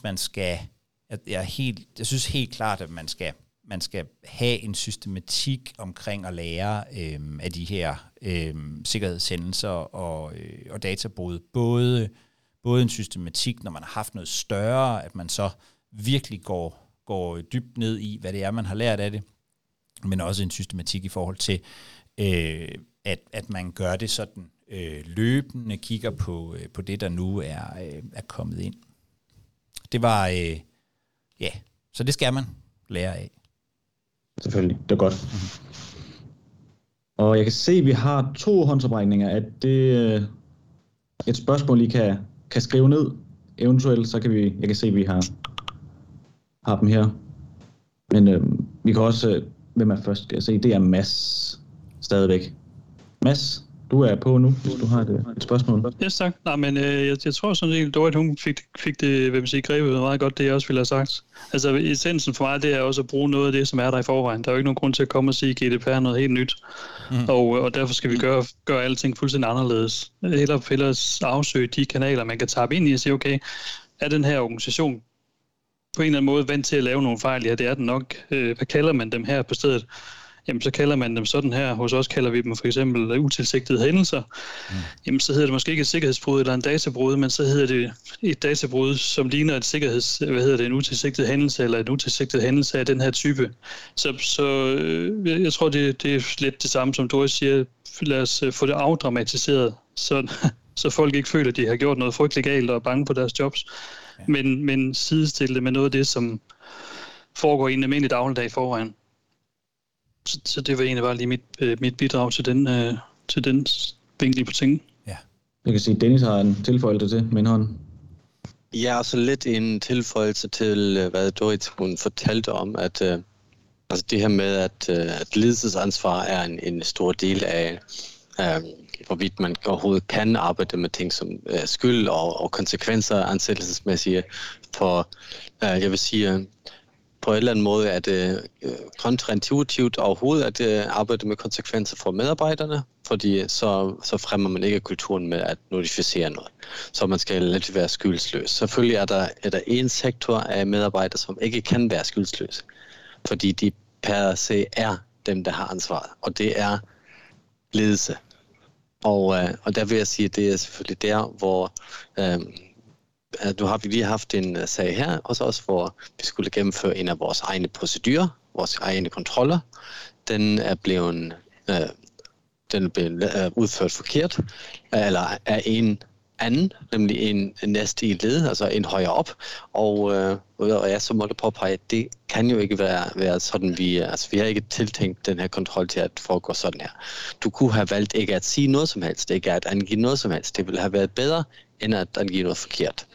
jeg synes helt klart, at man skal have en systematik omkring at lære af de her sikkerhedshændelser og databrud. Både en systematik, når man har haft noget større, at man så virkelig går dybt ned i, hvad det er, man har lært af det, men også en systematik i forhold til, at man gør det sådan, løbende kigger på det, der nu er kommet ind. Det var, så det skal man lære af. Selvfølgelig, det er godt. Mm-hmm. Og jeg kan se, at vi har 2 håndsoprækninger. Er det et spørgsmål, I kan skrive ned? Eventuelt, så kan jeg kan se, at vi har dem her. Men vi kan også, hvem er først, skal jeg se, det er Mads stadigvæk. Mads, du er på nu, hvis du har et spørgsmål. Ja, tak. Nej, men jeg tror sådan set, Dorit, hun fik det, hvad man siger, grebet meget godt, det jeg også ville have sagt. Altså, essensen for mig, det er også at bruge noget af det, som er der i forvejen. Der er jo ikke nogen grund til at komme og sige, at GDPR er noget helt nyt. Og derfor skal vi gøre alting fuldstændig anderledes. Hellere afsøge de kanaler, man kan tappe ind i og sige, okay, er den her organisation på en eller anden måde vant til at lave nogle fejl? Ja, det er den nok. Hvad kalder man dem her på stedet? Jamen, så kalder man dem sådan her. Hos os kalder vi dem for eksempel utilsigtede hændelser. Jamen, så hedder det måske ikke et sikkerhedsbrud eller en databrud, men så hedder det et databrud, som ligner et en utilsigtet hændelse eller en utilsigtet hændelse af den her type. Så jeg tror, det er lidt det samme, som Doris siger. Lad os få det afdramatiseret, så folk ikke føler, at de har gjort noget frygteligt galt og er bange på deres jobs. Men sidestille det med noget af det, som foregår i en almindelig dagligdag i forvejen. Så det var egentlig bare lige mit bidrag til den vinkel på tingene. Ja. Jeg kan sige, at Dennis har en tilføjelse til med en hånd. Ja, og så lidt en tilføjelse til, hvad Dorit hun fortalte om, at altså det her med, at ledelsesansvar er en stor del af, hvorvidt man overhovedet kan arbejde med ting som skyld og konsekvenser ansættelsesmæssige. For jeg vil sige, på en eller anden måde er det kontraintuitivt overhovedet at arbejde med konsekvenser for medarbejderne, fordi så fremmer man ikke kulturen med at notificere noget. Så man skal lidt være skyldsløs. Selvfølgelig er der en sektor af medarbejdere, som ikke kan være skyldsløse, fordi de per se er dem, der har ansvaret, og det er ledelse. Og der vil jeg sige, at det er selvfølgelig der, hvor nu har vi lige haft en sag her, også hvor vi skulle gennemføre en af vores egne procedurer, vores egne kontroller. Den er blevet udført forkert, eller af en anden, nemlig en næste i led, altså en højere op. Og jeg så måtte påpege, at det kan jo ikke være sådan, vi har ikke tiltænkt den her kontrol til at foregå sådan her. Du kunne have valgt ikke at sige noget som helst, ikke at angive noget som helst. Det ville have været bedre, end at angive noget forkert.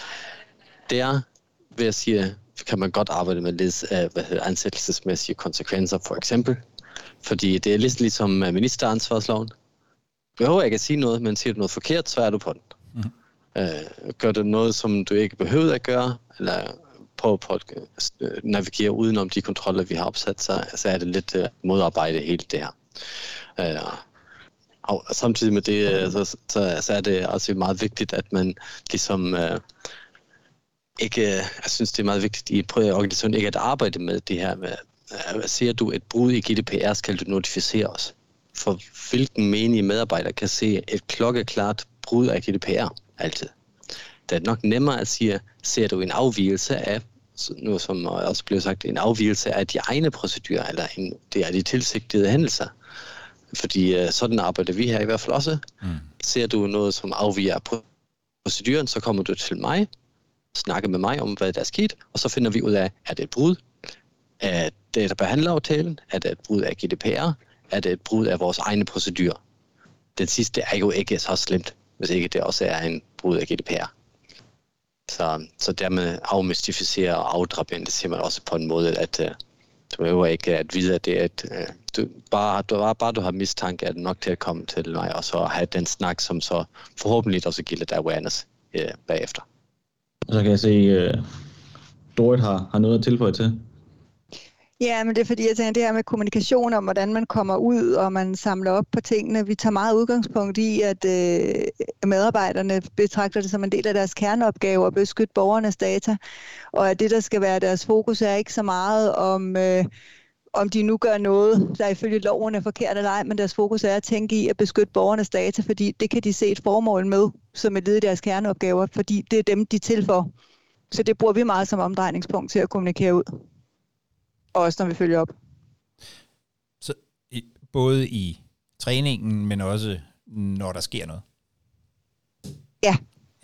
Der vil jeg sige, kan man godt arbejde med ansættelsesmæssige konsekvenser, for eksempel. Fordi det er lidt ligesom ministeransvarsloven. Du behøver ikke at sige noget, men siger du noget forkert, så er du på den. Gør du noget, som du ikke behøver at gøre, eller prøver på at navigere udenom de kontroller, vi har opsat, så er det lidt modarbejde helt det her. Og samtidig med det, så er det også meget vigtigt, at man ligesom ikke, jeg synes det er meget vigtigt i en organisation ikke at arbejde med det her med, ser du et brud i GDPR, skal du notificere os. For hvilken menige medarbejder kan se et klokkeklart brud af GDPR altid. Det er nok nemmere at sige, ser du en afvigelse af, nu som også blev sagt, en afvigelse af de egne procedurer, eller det er de tilsigtede hændelser. Fordi sådan arbejder vi her i hvert fald også. Ser du noget, som afviger af proceduren, så kommer du til mig, snakker med mig om, hvad der er sket, og så finder vi ud af, er det et brud af databehandleraftalen, er det et brud af GDPR, er det et brud af vores egne procedurer. Den sidste er jo ikke så slemt, hvis ikke det også er en brud af GDPR. Så dermed afmystificere og afdramatisere man også på en måde, at du behøver ikke at vide, at det er bare du har mistanke, er det nok til at komme til mig, og så have den snak, som så forhåbentlig også giver lidt awareness bagefter. Så kan jeg se, Dorit har noget at tilføje til. Ja, men det er fordi, jeg tænker, det her med kommunikation om, hvordan man kommer ud, og man samler op på tingene. Vi tager meget udgangspunkt i, at medarbejderne betragter det som en del af deres kerneopgave at beskytte borgernes data, og at det, der skal være deres fokus, er ikke så meget om de nu gør noget, der ifølge loven er forkert eller ej, men deres fokus er at tænke i at beskytte borgernes data, fordi det kan de se et formål med, som et led i deres kerneopgaver, fordi det er dem, de er til for. Så det bruger vi meget som omdrejningspunkt til at kommunikere ud. Også når vi følger op. Så både i træningen, men også når der sker noget? Ja. Ja.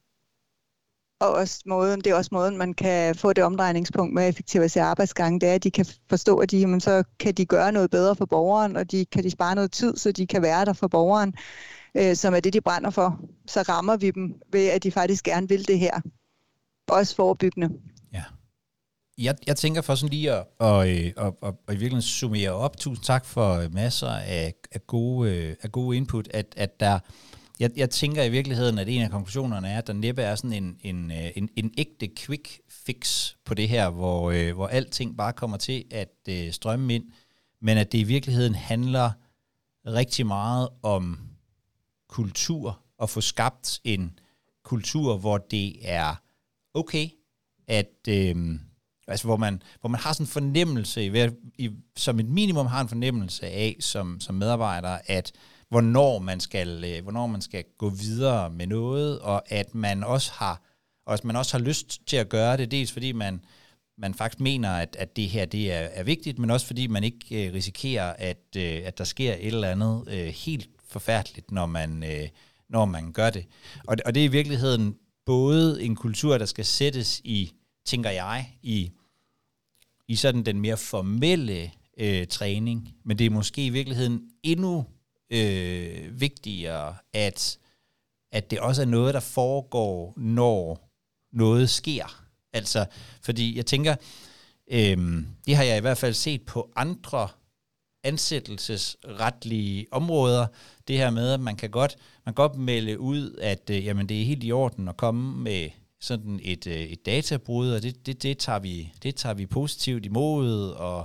Og også det er også måden, man kan få det omdrejningspunkt med at effektivisere arbejdsgangen, det er, at de kan forstå, at så kan de gøre noget bedre for borgeren, og kan de spare noget tid, så de kan være der for borgeren, som er det, de brænder for. Så rammer vi dem ved, at de faktisk gerne vil det her. Også forebyggende. Ja. Jeg tænker for sådan lige at i virkeligheden summere op. Tusind tak for masser af gode input. At der, jeg tænker i virkeligheden, at en af konklusionerne er, at der næppe er sådan en ægte quick fix på det her, hvor alting bare kommer til at strømme ind, men at det i virkeligheden handler rigtig meget om kultur, og få skabt en kultur, hvor det er okay, at altså hvor man har sådan en fornemmelse, som et minimum har en fornemmelse af som medarbejder, at hvornår man skal gå videre med noget, og at man også har lyst til at gøre det, dels fordi man faktisk mener, at det her det er vigtigt, men også fordi man ikke risikerer, at der sker et eller andet helt forfærdeligt, når man gør det. Og det er i virkeligheden både en kultur, der skal sættes i, tænker jeg, i sådan den mere formelle træning, men det er måske i virkeligheden endnu vigtigere, at det også er noget, der foregår, når noget sker. Altså, fordi jeg tænker, det har jeg i hvert fald set på andre ansættelsesretlige områder, det her med, at man kan godt melde ud, at jamen, det er helt i orden at komme med sådan et databrud, og det tager vi positivt imod, og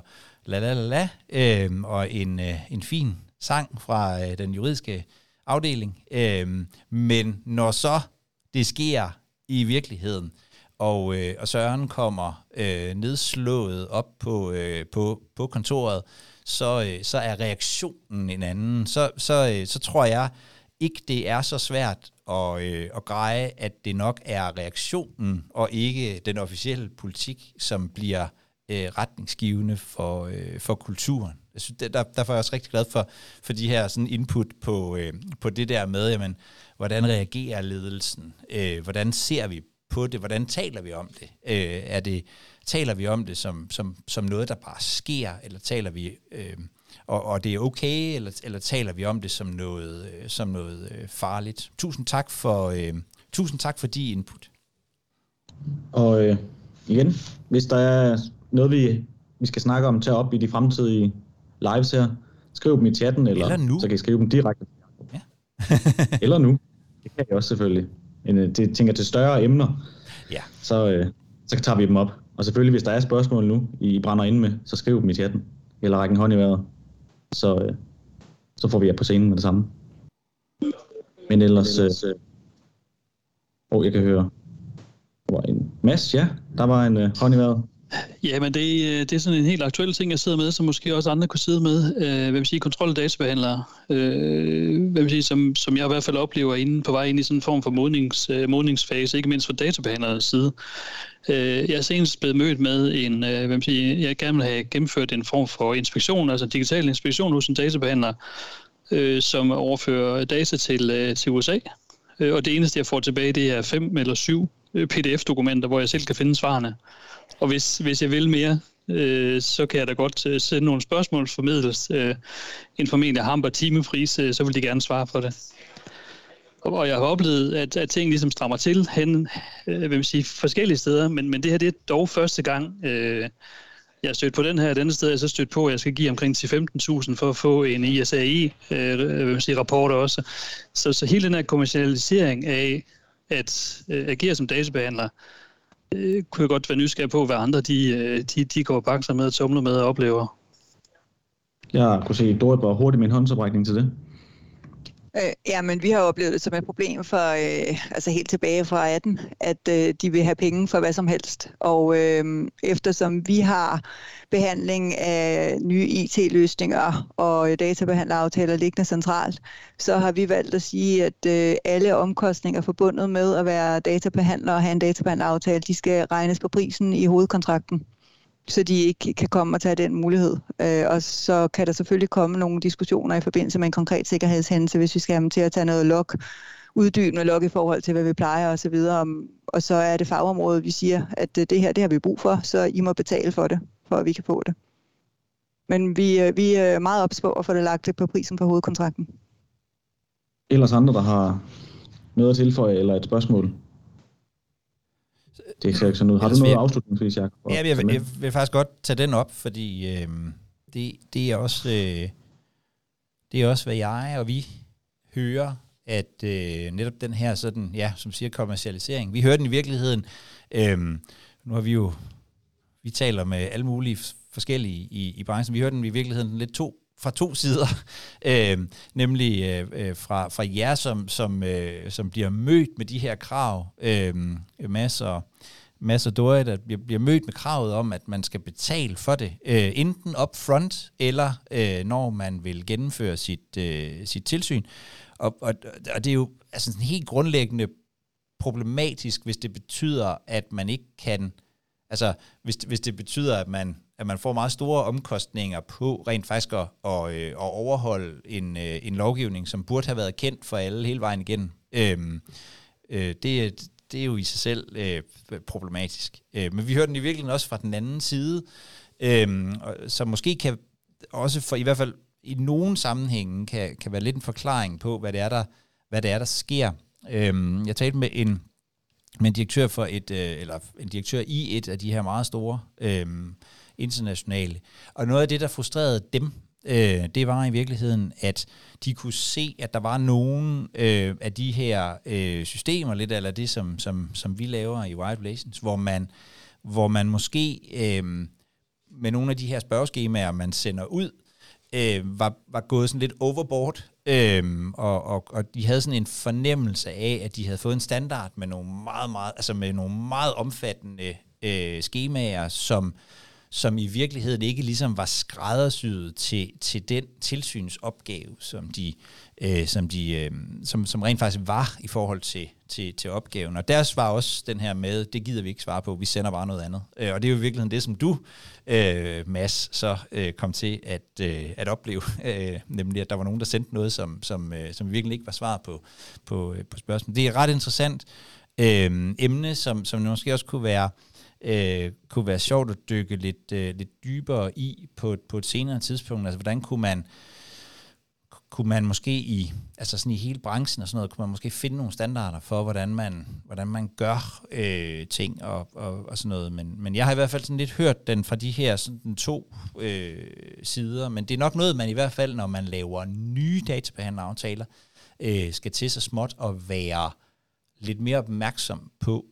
og en fin sang fra den juridiske afdeling. Men når så det sker i virkeligheden, og Søren kommer nedslået op på kontoret, så er reaktionen en anden. Så tror jeg ikke, det er så svært at greje, at det nok er reaktionen, og ikke den officielle politik, som bliver retningsgivende for kulturen. Jeg synes, derfor er jeg også rigtig glad for de her sådan input på det der med, jamen, hvordan reagerer ledelsen? Hvordan ser vi på det? Hvordan taler vi om det? Taler vi om det som noget, der bare sker, eller taler vi og det er okay, eller taler vi om det som noget farligt? Tusind tak for de input. Og igen, hvis der er noget, vi skal snakke om, tage op i de fremtidige lives her, skriv dem i chatten, eller nu. Så kan I skrive dem direkte. Ja. Eller nu. Det kan jeg også selvfølgelig. Det tænker til større emner, ja. Så tager vi dem op. Og selvfølgelig, hvis der er spørgsmål nu, I brænder inde med, så skriv dem i chatten, eller ræk en hånd i vejret. Så får vi jer på scenen med det samme. Men ellers... jeg kan høre... Der var en Mads, ja. Der var en hånd i vejret. Ja, men det er sådan en helt aktuel ting, jeg sidder med, som måske også andre kunne sidde med. Kontrol- og databehandlere. Som jeg i hvert fald oplever på vej ind i sådan en form for modningsfase, ikke mindst fra databehandleres side. Jeg er senest blevet mødt med jeg gerne vil have gennemført en form for inspektion, altså digital inspektion hos en databehandler, som overfører data til USA. Og det eneste, jeg får tilbage, det er 5 eller 7 PDF-dokumenter, hvor jeg selv kan finde svarene. Og hvis jeg vil mere, så kan jeg da godt sende nogle spørgsmål formidles. En formentlig hamper timepris, så vil de gerne svare på det. Og jeg har oplevet, at ting ligesom strammer til hen, forskellige steder, men det her det er dog første gang, jeg har stødt på den her, denne sted jeg så stødt på, at jeg skal give omkring 10-15.000 for at få en ISAI-rapport også. Så hele den her kommercialisering af at agere som databehandler, kunne jeg godt være nysgerrig på, hvad andre de går bakser med, tumler med og oplever. Jeg kunne se, at Dorit var hurtigt med en håndsoprækning til det. Ja, men vi har oplevet det som et problem for helt tilbage fra 18, at de vil have penge for hvad som helst. Og eftersom vi har behandling af nye IT-løsninger og databehandleraftaler liggende centralt, så har vi valgt at sige, at alle omkostninger forbundet med at være databehandler og have en databehandleraftale, de skal regnes på prisen i hovedkontrakten, så de ikke kan komme og tage den mulighed. Og så kan der selvfølgelig komme nogle diskussioner i forbindelse med en konkret sikkerhedshændelse, hvis vi skal have dem til at tage noget log, uddybende log i forhold til, hvad vi plejer og så videre. Og så er det fagområdet, vi siger, at det her, det har vi brug for, så I må betale for det, for at vi kan få det. Men vi er meget ops på at få det lagt på prisen på hovedkontrakten. Ellers andre, der har noget at tilføje eller et spørgsmål? Det ser ikke sådan ud. Har du noget afslutningsvis, Jacob? Ja, jeg vil faktisk godt tage den op, fordi det er også, hvad jeg og vi hører, at netop den her sådan, ja, som siger kommercialisering. Vi hører den i virkeligheden. Nu har vi taler med alle mulige forskellige i branchen. Vi hører den i virkeligheden lidt fra to sider, nemlig fra jer, som bliver mødt med de her krav. Mads og Dorit, der bliver mødt med kravet om, at man skal betale for det, enten upfront, eller når man vil gennemføre sit tilsyn. Og det er jo altså sådan helt grundlæggende problematisk, hvis det betyder, at man ikke kan, altså hvis det betyder, at man får meget store omkostninger på rent faktisk at overholde en lovgivning, som burde have været kendt for alle hele vejen igennem. Det er jo i sig selv problematisk. Men vi hører den i virkeligheden også fra den anden side, som måske kan også for i hvert fald i nogle sammenhænge kan være lidt en forklaring på, hvad det er, der sker. Jeg talte med en direktør for en direktør i et af de her meget store internationale, og noget af det, der frustrerede dem, det var i virkeligheden, at de kunne se, at der var nogle af de her systemer, lidt eller det, som vi laver i Wild Relations, hvor man måske med nogle af de her spørgeskemaer, man sender ud, var gået sådan lidt overboard, og de havde sådan en fornemmelse af, at de havde fået en standard med nogle meget omfattende skemaer, som i virkeligheden ikke ligesom var skræddersyet til den tilsynsopgave, som rent faktisk var i forhold til opgaven. Og deres var også den her med, det gider vi ikke svare på, vi sender bare noget andet. Og det er jo i virkeligheden det, som du, Mads, så kom til at opleve, nemlig at der var nogen, der sendte noget, som virkelig ikke var svar på spørgsmål. Det er et ret interessant emne, som måske også kunne være sjovt at dykke lidt dybere i på et senere tidspunkt. Altså, hvordan kunne man måske i hele branchen og sådan noget, kunne man måske finde nogle standarder for, hvordan man gør ting og sådan noget. Men jeg har i hvert fald sådan lidt hørt den fra de her sådan to sider, men det er nok noget, man i hvert fald, når man laver nye databehandleraftaler, skal til så småt at være lidt mere opmærksom på,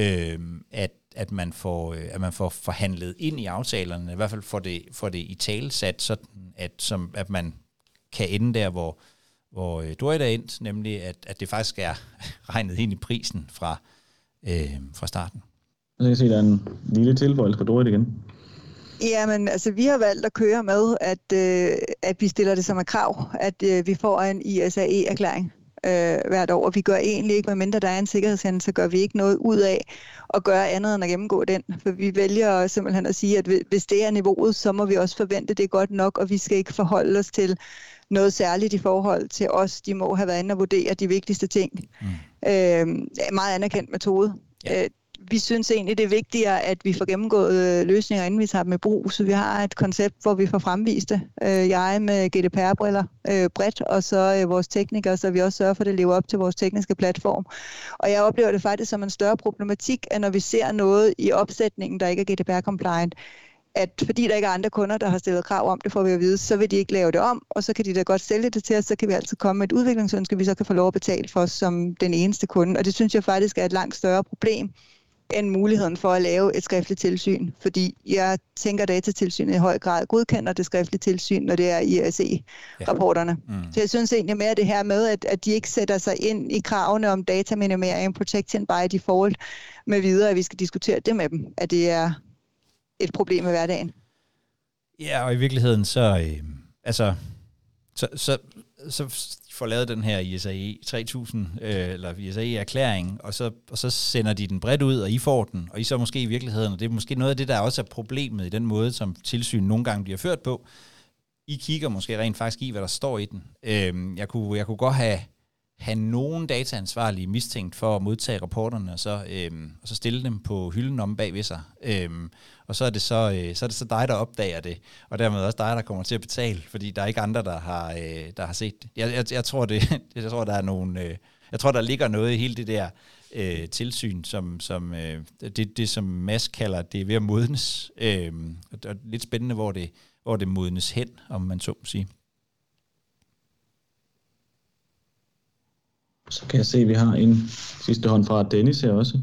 at man får forhandlet ind i aftalerne, i hvert fald får det i talesat, sådan at man kan ende der, hvor Dorit er endt, nemlig at det faktisk er regnet ind i prisen fra starten. Jeg kan se, der er en lille tilføjelse på Dorit igen. Ja, men altså vi har valgt at køre med, at vi stiller det som et krav, at vi får en ISAE-erklæring hvert år. Vi gør egentlig ikke, medmindre der er en sikkerhedshændelse, så gør vi ikke noget ud af at gøre andet end at gennemgå den. For vi vælger simpelthen at sige, at hvis det er niveauet, så må vi også forvente, det er godt nok, og vi skal ikke forholde os til noget særligt i forhold til os. De må have været inde og vurdere de vigtigste ting. Meget anerkendt metode. Ja. Vi synes egentlig, det er vigtigere, at vi får gennemgået løsninger, inden vi tager dem i brug. Så vi har et koncept, hvor vi får fremvist det. Jeg med GDPR-briller bredt, og så vores teknikere, så vi også sørger for, at det lever op til vores tekniske platform. Og jeg oplever det faktisk som en større problematik, at når vi ser noget i opsætningen, der ikke er GDPR-compliant, at fordi der ikke er andre kunder, der har stillet krav om det, får vi at vide, så vil de ikke lave det om, og så kan de da godt sælge det til os, så kan vi altid komme med et udviklingsønske, vi så kan få lov at betale for som den eneste kunde. Og det synes jeg faktisk er et langt større problem, end muligheden for at lave et skriftligt tilsyn. Fordi jeg tænker, at Datatilsynet i høj grad godkender det skriftlige tilsyn, når det er ISE-rapporterne. Ja. Så jeg synes egentlig mere det her med, at de ikke sætter sig ind i kravene om dataminimering, protection by default med videre, at vi skal diskutere det med dem, at det er et problem med hverdagen. Ja, og i virkeligheden så får lavet den her ISAE 3000 eller ISAE-erklæring, og så sender de den bredt ud, og I får den, og I så måske i virkeligheden, og det er måske noget af det, der også er problemet i den måde, som tilsyn nogle gange bliver ført på. I kigger måske rent faktisk i, hvad der står i den. Jeg kunne godt have nogen dataansvarlige mistænkt for at modtage rapporterne, og så stille dem på hylden om bagved sig. Og så er det så dig, der opdager det, og dermed også dig, der kommer til at betale, fordi der er ikke andre, der har set det. Jeg tror, der er nogle... Jeg tror, der ligger noget i hele det der tilsyn, som det som Mads kalder, det er ved at modnes. Og det er lidt spændende, hvor det modnes hen, om man så må sige. Så kan jeg se, at vi har en sidste hånd fra Dennis her også.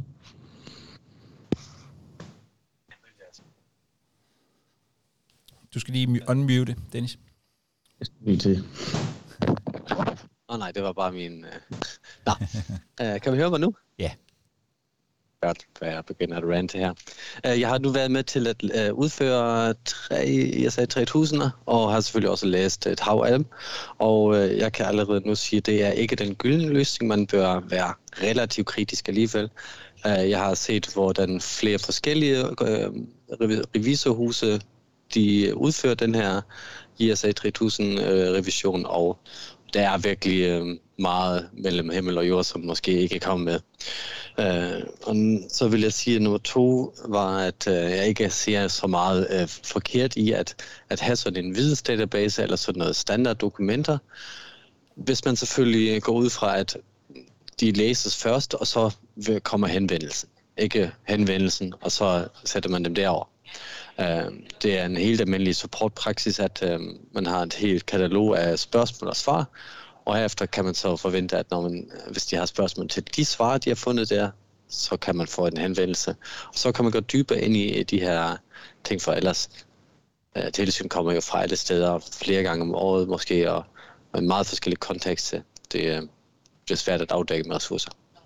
Du skal lige unmute, Dennis. Jeg skal lige til. Nej, det var bare min... Nå, kan vi høre mig nu? Ja. Godt, før jeg begynder at rante her. Jeg har nu været med til at udføre 3000'er, og har selvfølgelig også læst et hav af dem. Og jeg kan allerede nu sige, at det er ikke den gyldne løsning. Man bør være relativt kritisk alligevel. Jeg har set, hvordan flere forskellige revisorhuse de udfører den her ISA 3000 revision, og der er virkelig meget mellem himmel og jord, som måske ikke kommer med. Og så vil jeg sige, at nummer 2 var, at jeg ikke ser så meget forkert i at have sådan en vidensdatabase eller sådan noget standarddokumenter. Hvis man selvfølgelig går ud fra, at de læses først, og så kommer henvendelsen. Ikke henvendelsen, og så sætter man dem derover. Det er en helt almindelig supportpraksis, at man har et helt katalog af spørgsmål og svar, og herefter kan man så forvente, at hvis de har spørgsmål til de svar, de har fundet der, så kan man få en henvendelse. Og så kan man gå dybere ind i de her ting, for ellers tilsyn kommer jo fra alle steder flere gange om året måske, og en meget forskellig kontekst. Det bliver svært at afdække med ressourcer.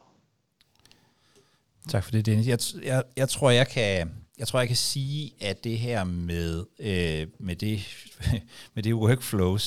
Tak for det, Dennis. Jeg tror, jeg kan sige, at det her med det workflow,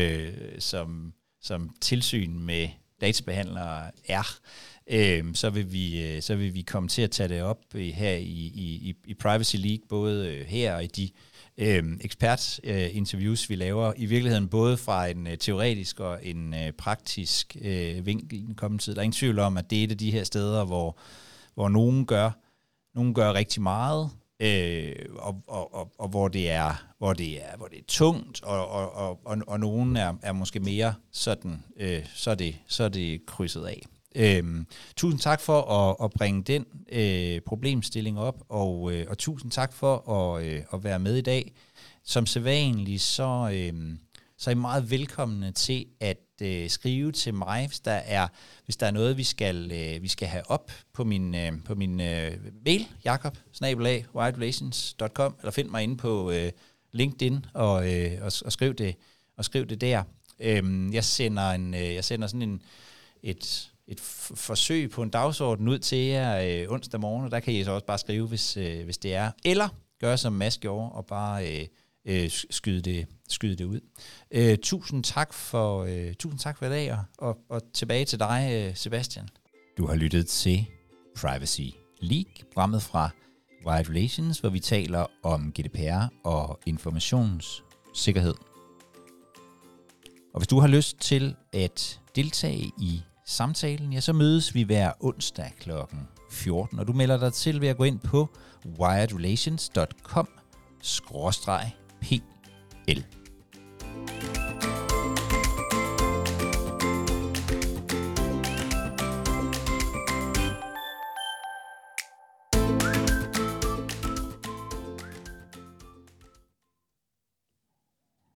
som tilsyn med databehandlere er, så vil vi komme til at tage det op her i Privacy League, både her og i de ekspertinterviews, vi laver, i virkeligheden både fra en teoretisk og en praktisk vinkel i den kommende tid. Der er ingen tvivl om, at det er et af de her steder, hvor nogen gør rigtig meget, og hvor det er tungt, og nogen er måske mere sådan, så er det krydset af. Tusind tak for at bringe den problemstilling op, og tusind tak for at være med i dag. Som sædvanligt, så er I meget velkomne til at skrive til mig, hvis der er noget, vi skal have op på min mail, jakob@wiredrelations.com, eller find mig inde på LinkedIn og skriv det der. Jeg sender sådan et forsøg på en dagsorden ud til jer onsdag morgen, og der kan I så også bare skrive, hvis det er. Eller gøre som Mads gjorde, og bare skyde det ud. Tusind tak for i dag, og tilbage til dig, Sebastian. Du har lyttet til Privacy League, programmet fra Wired Relations, hvor vi taler om GDPR og informationssikkerhed. Og hvis du har lyst til at deltage i samtalen, ja, så mødes vi hver onsdag kl. 14, og du melder dig til ved at gå ind på wiredrelations.com/pl.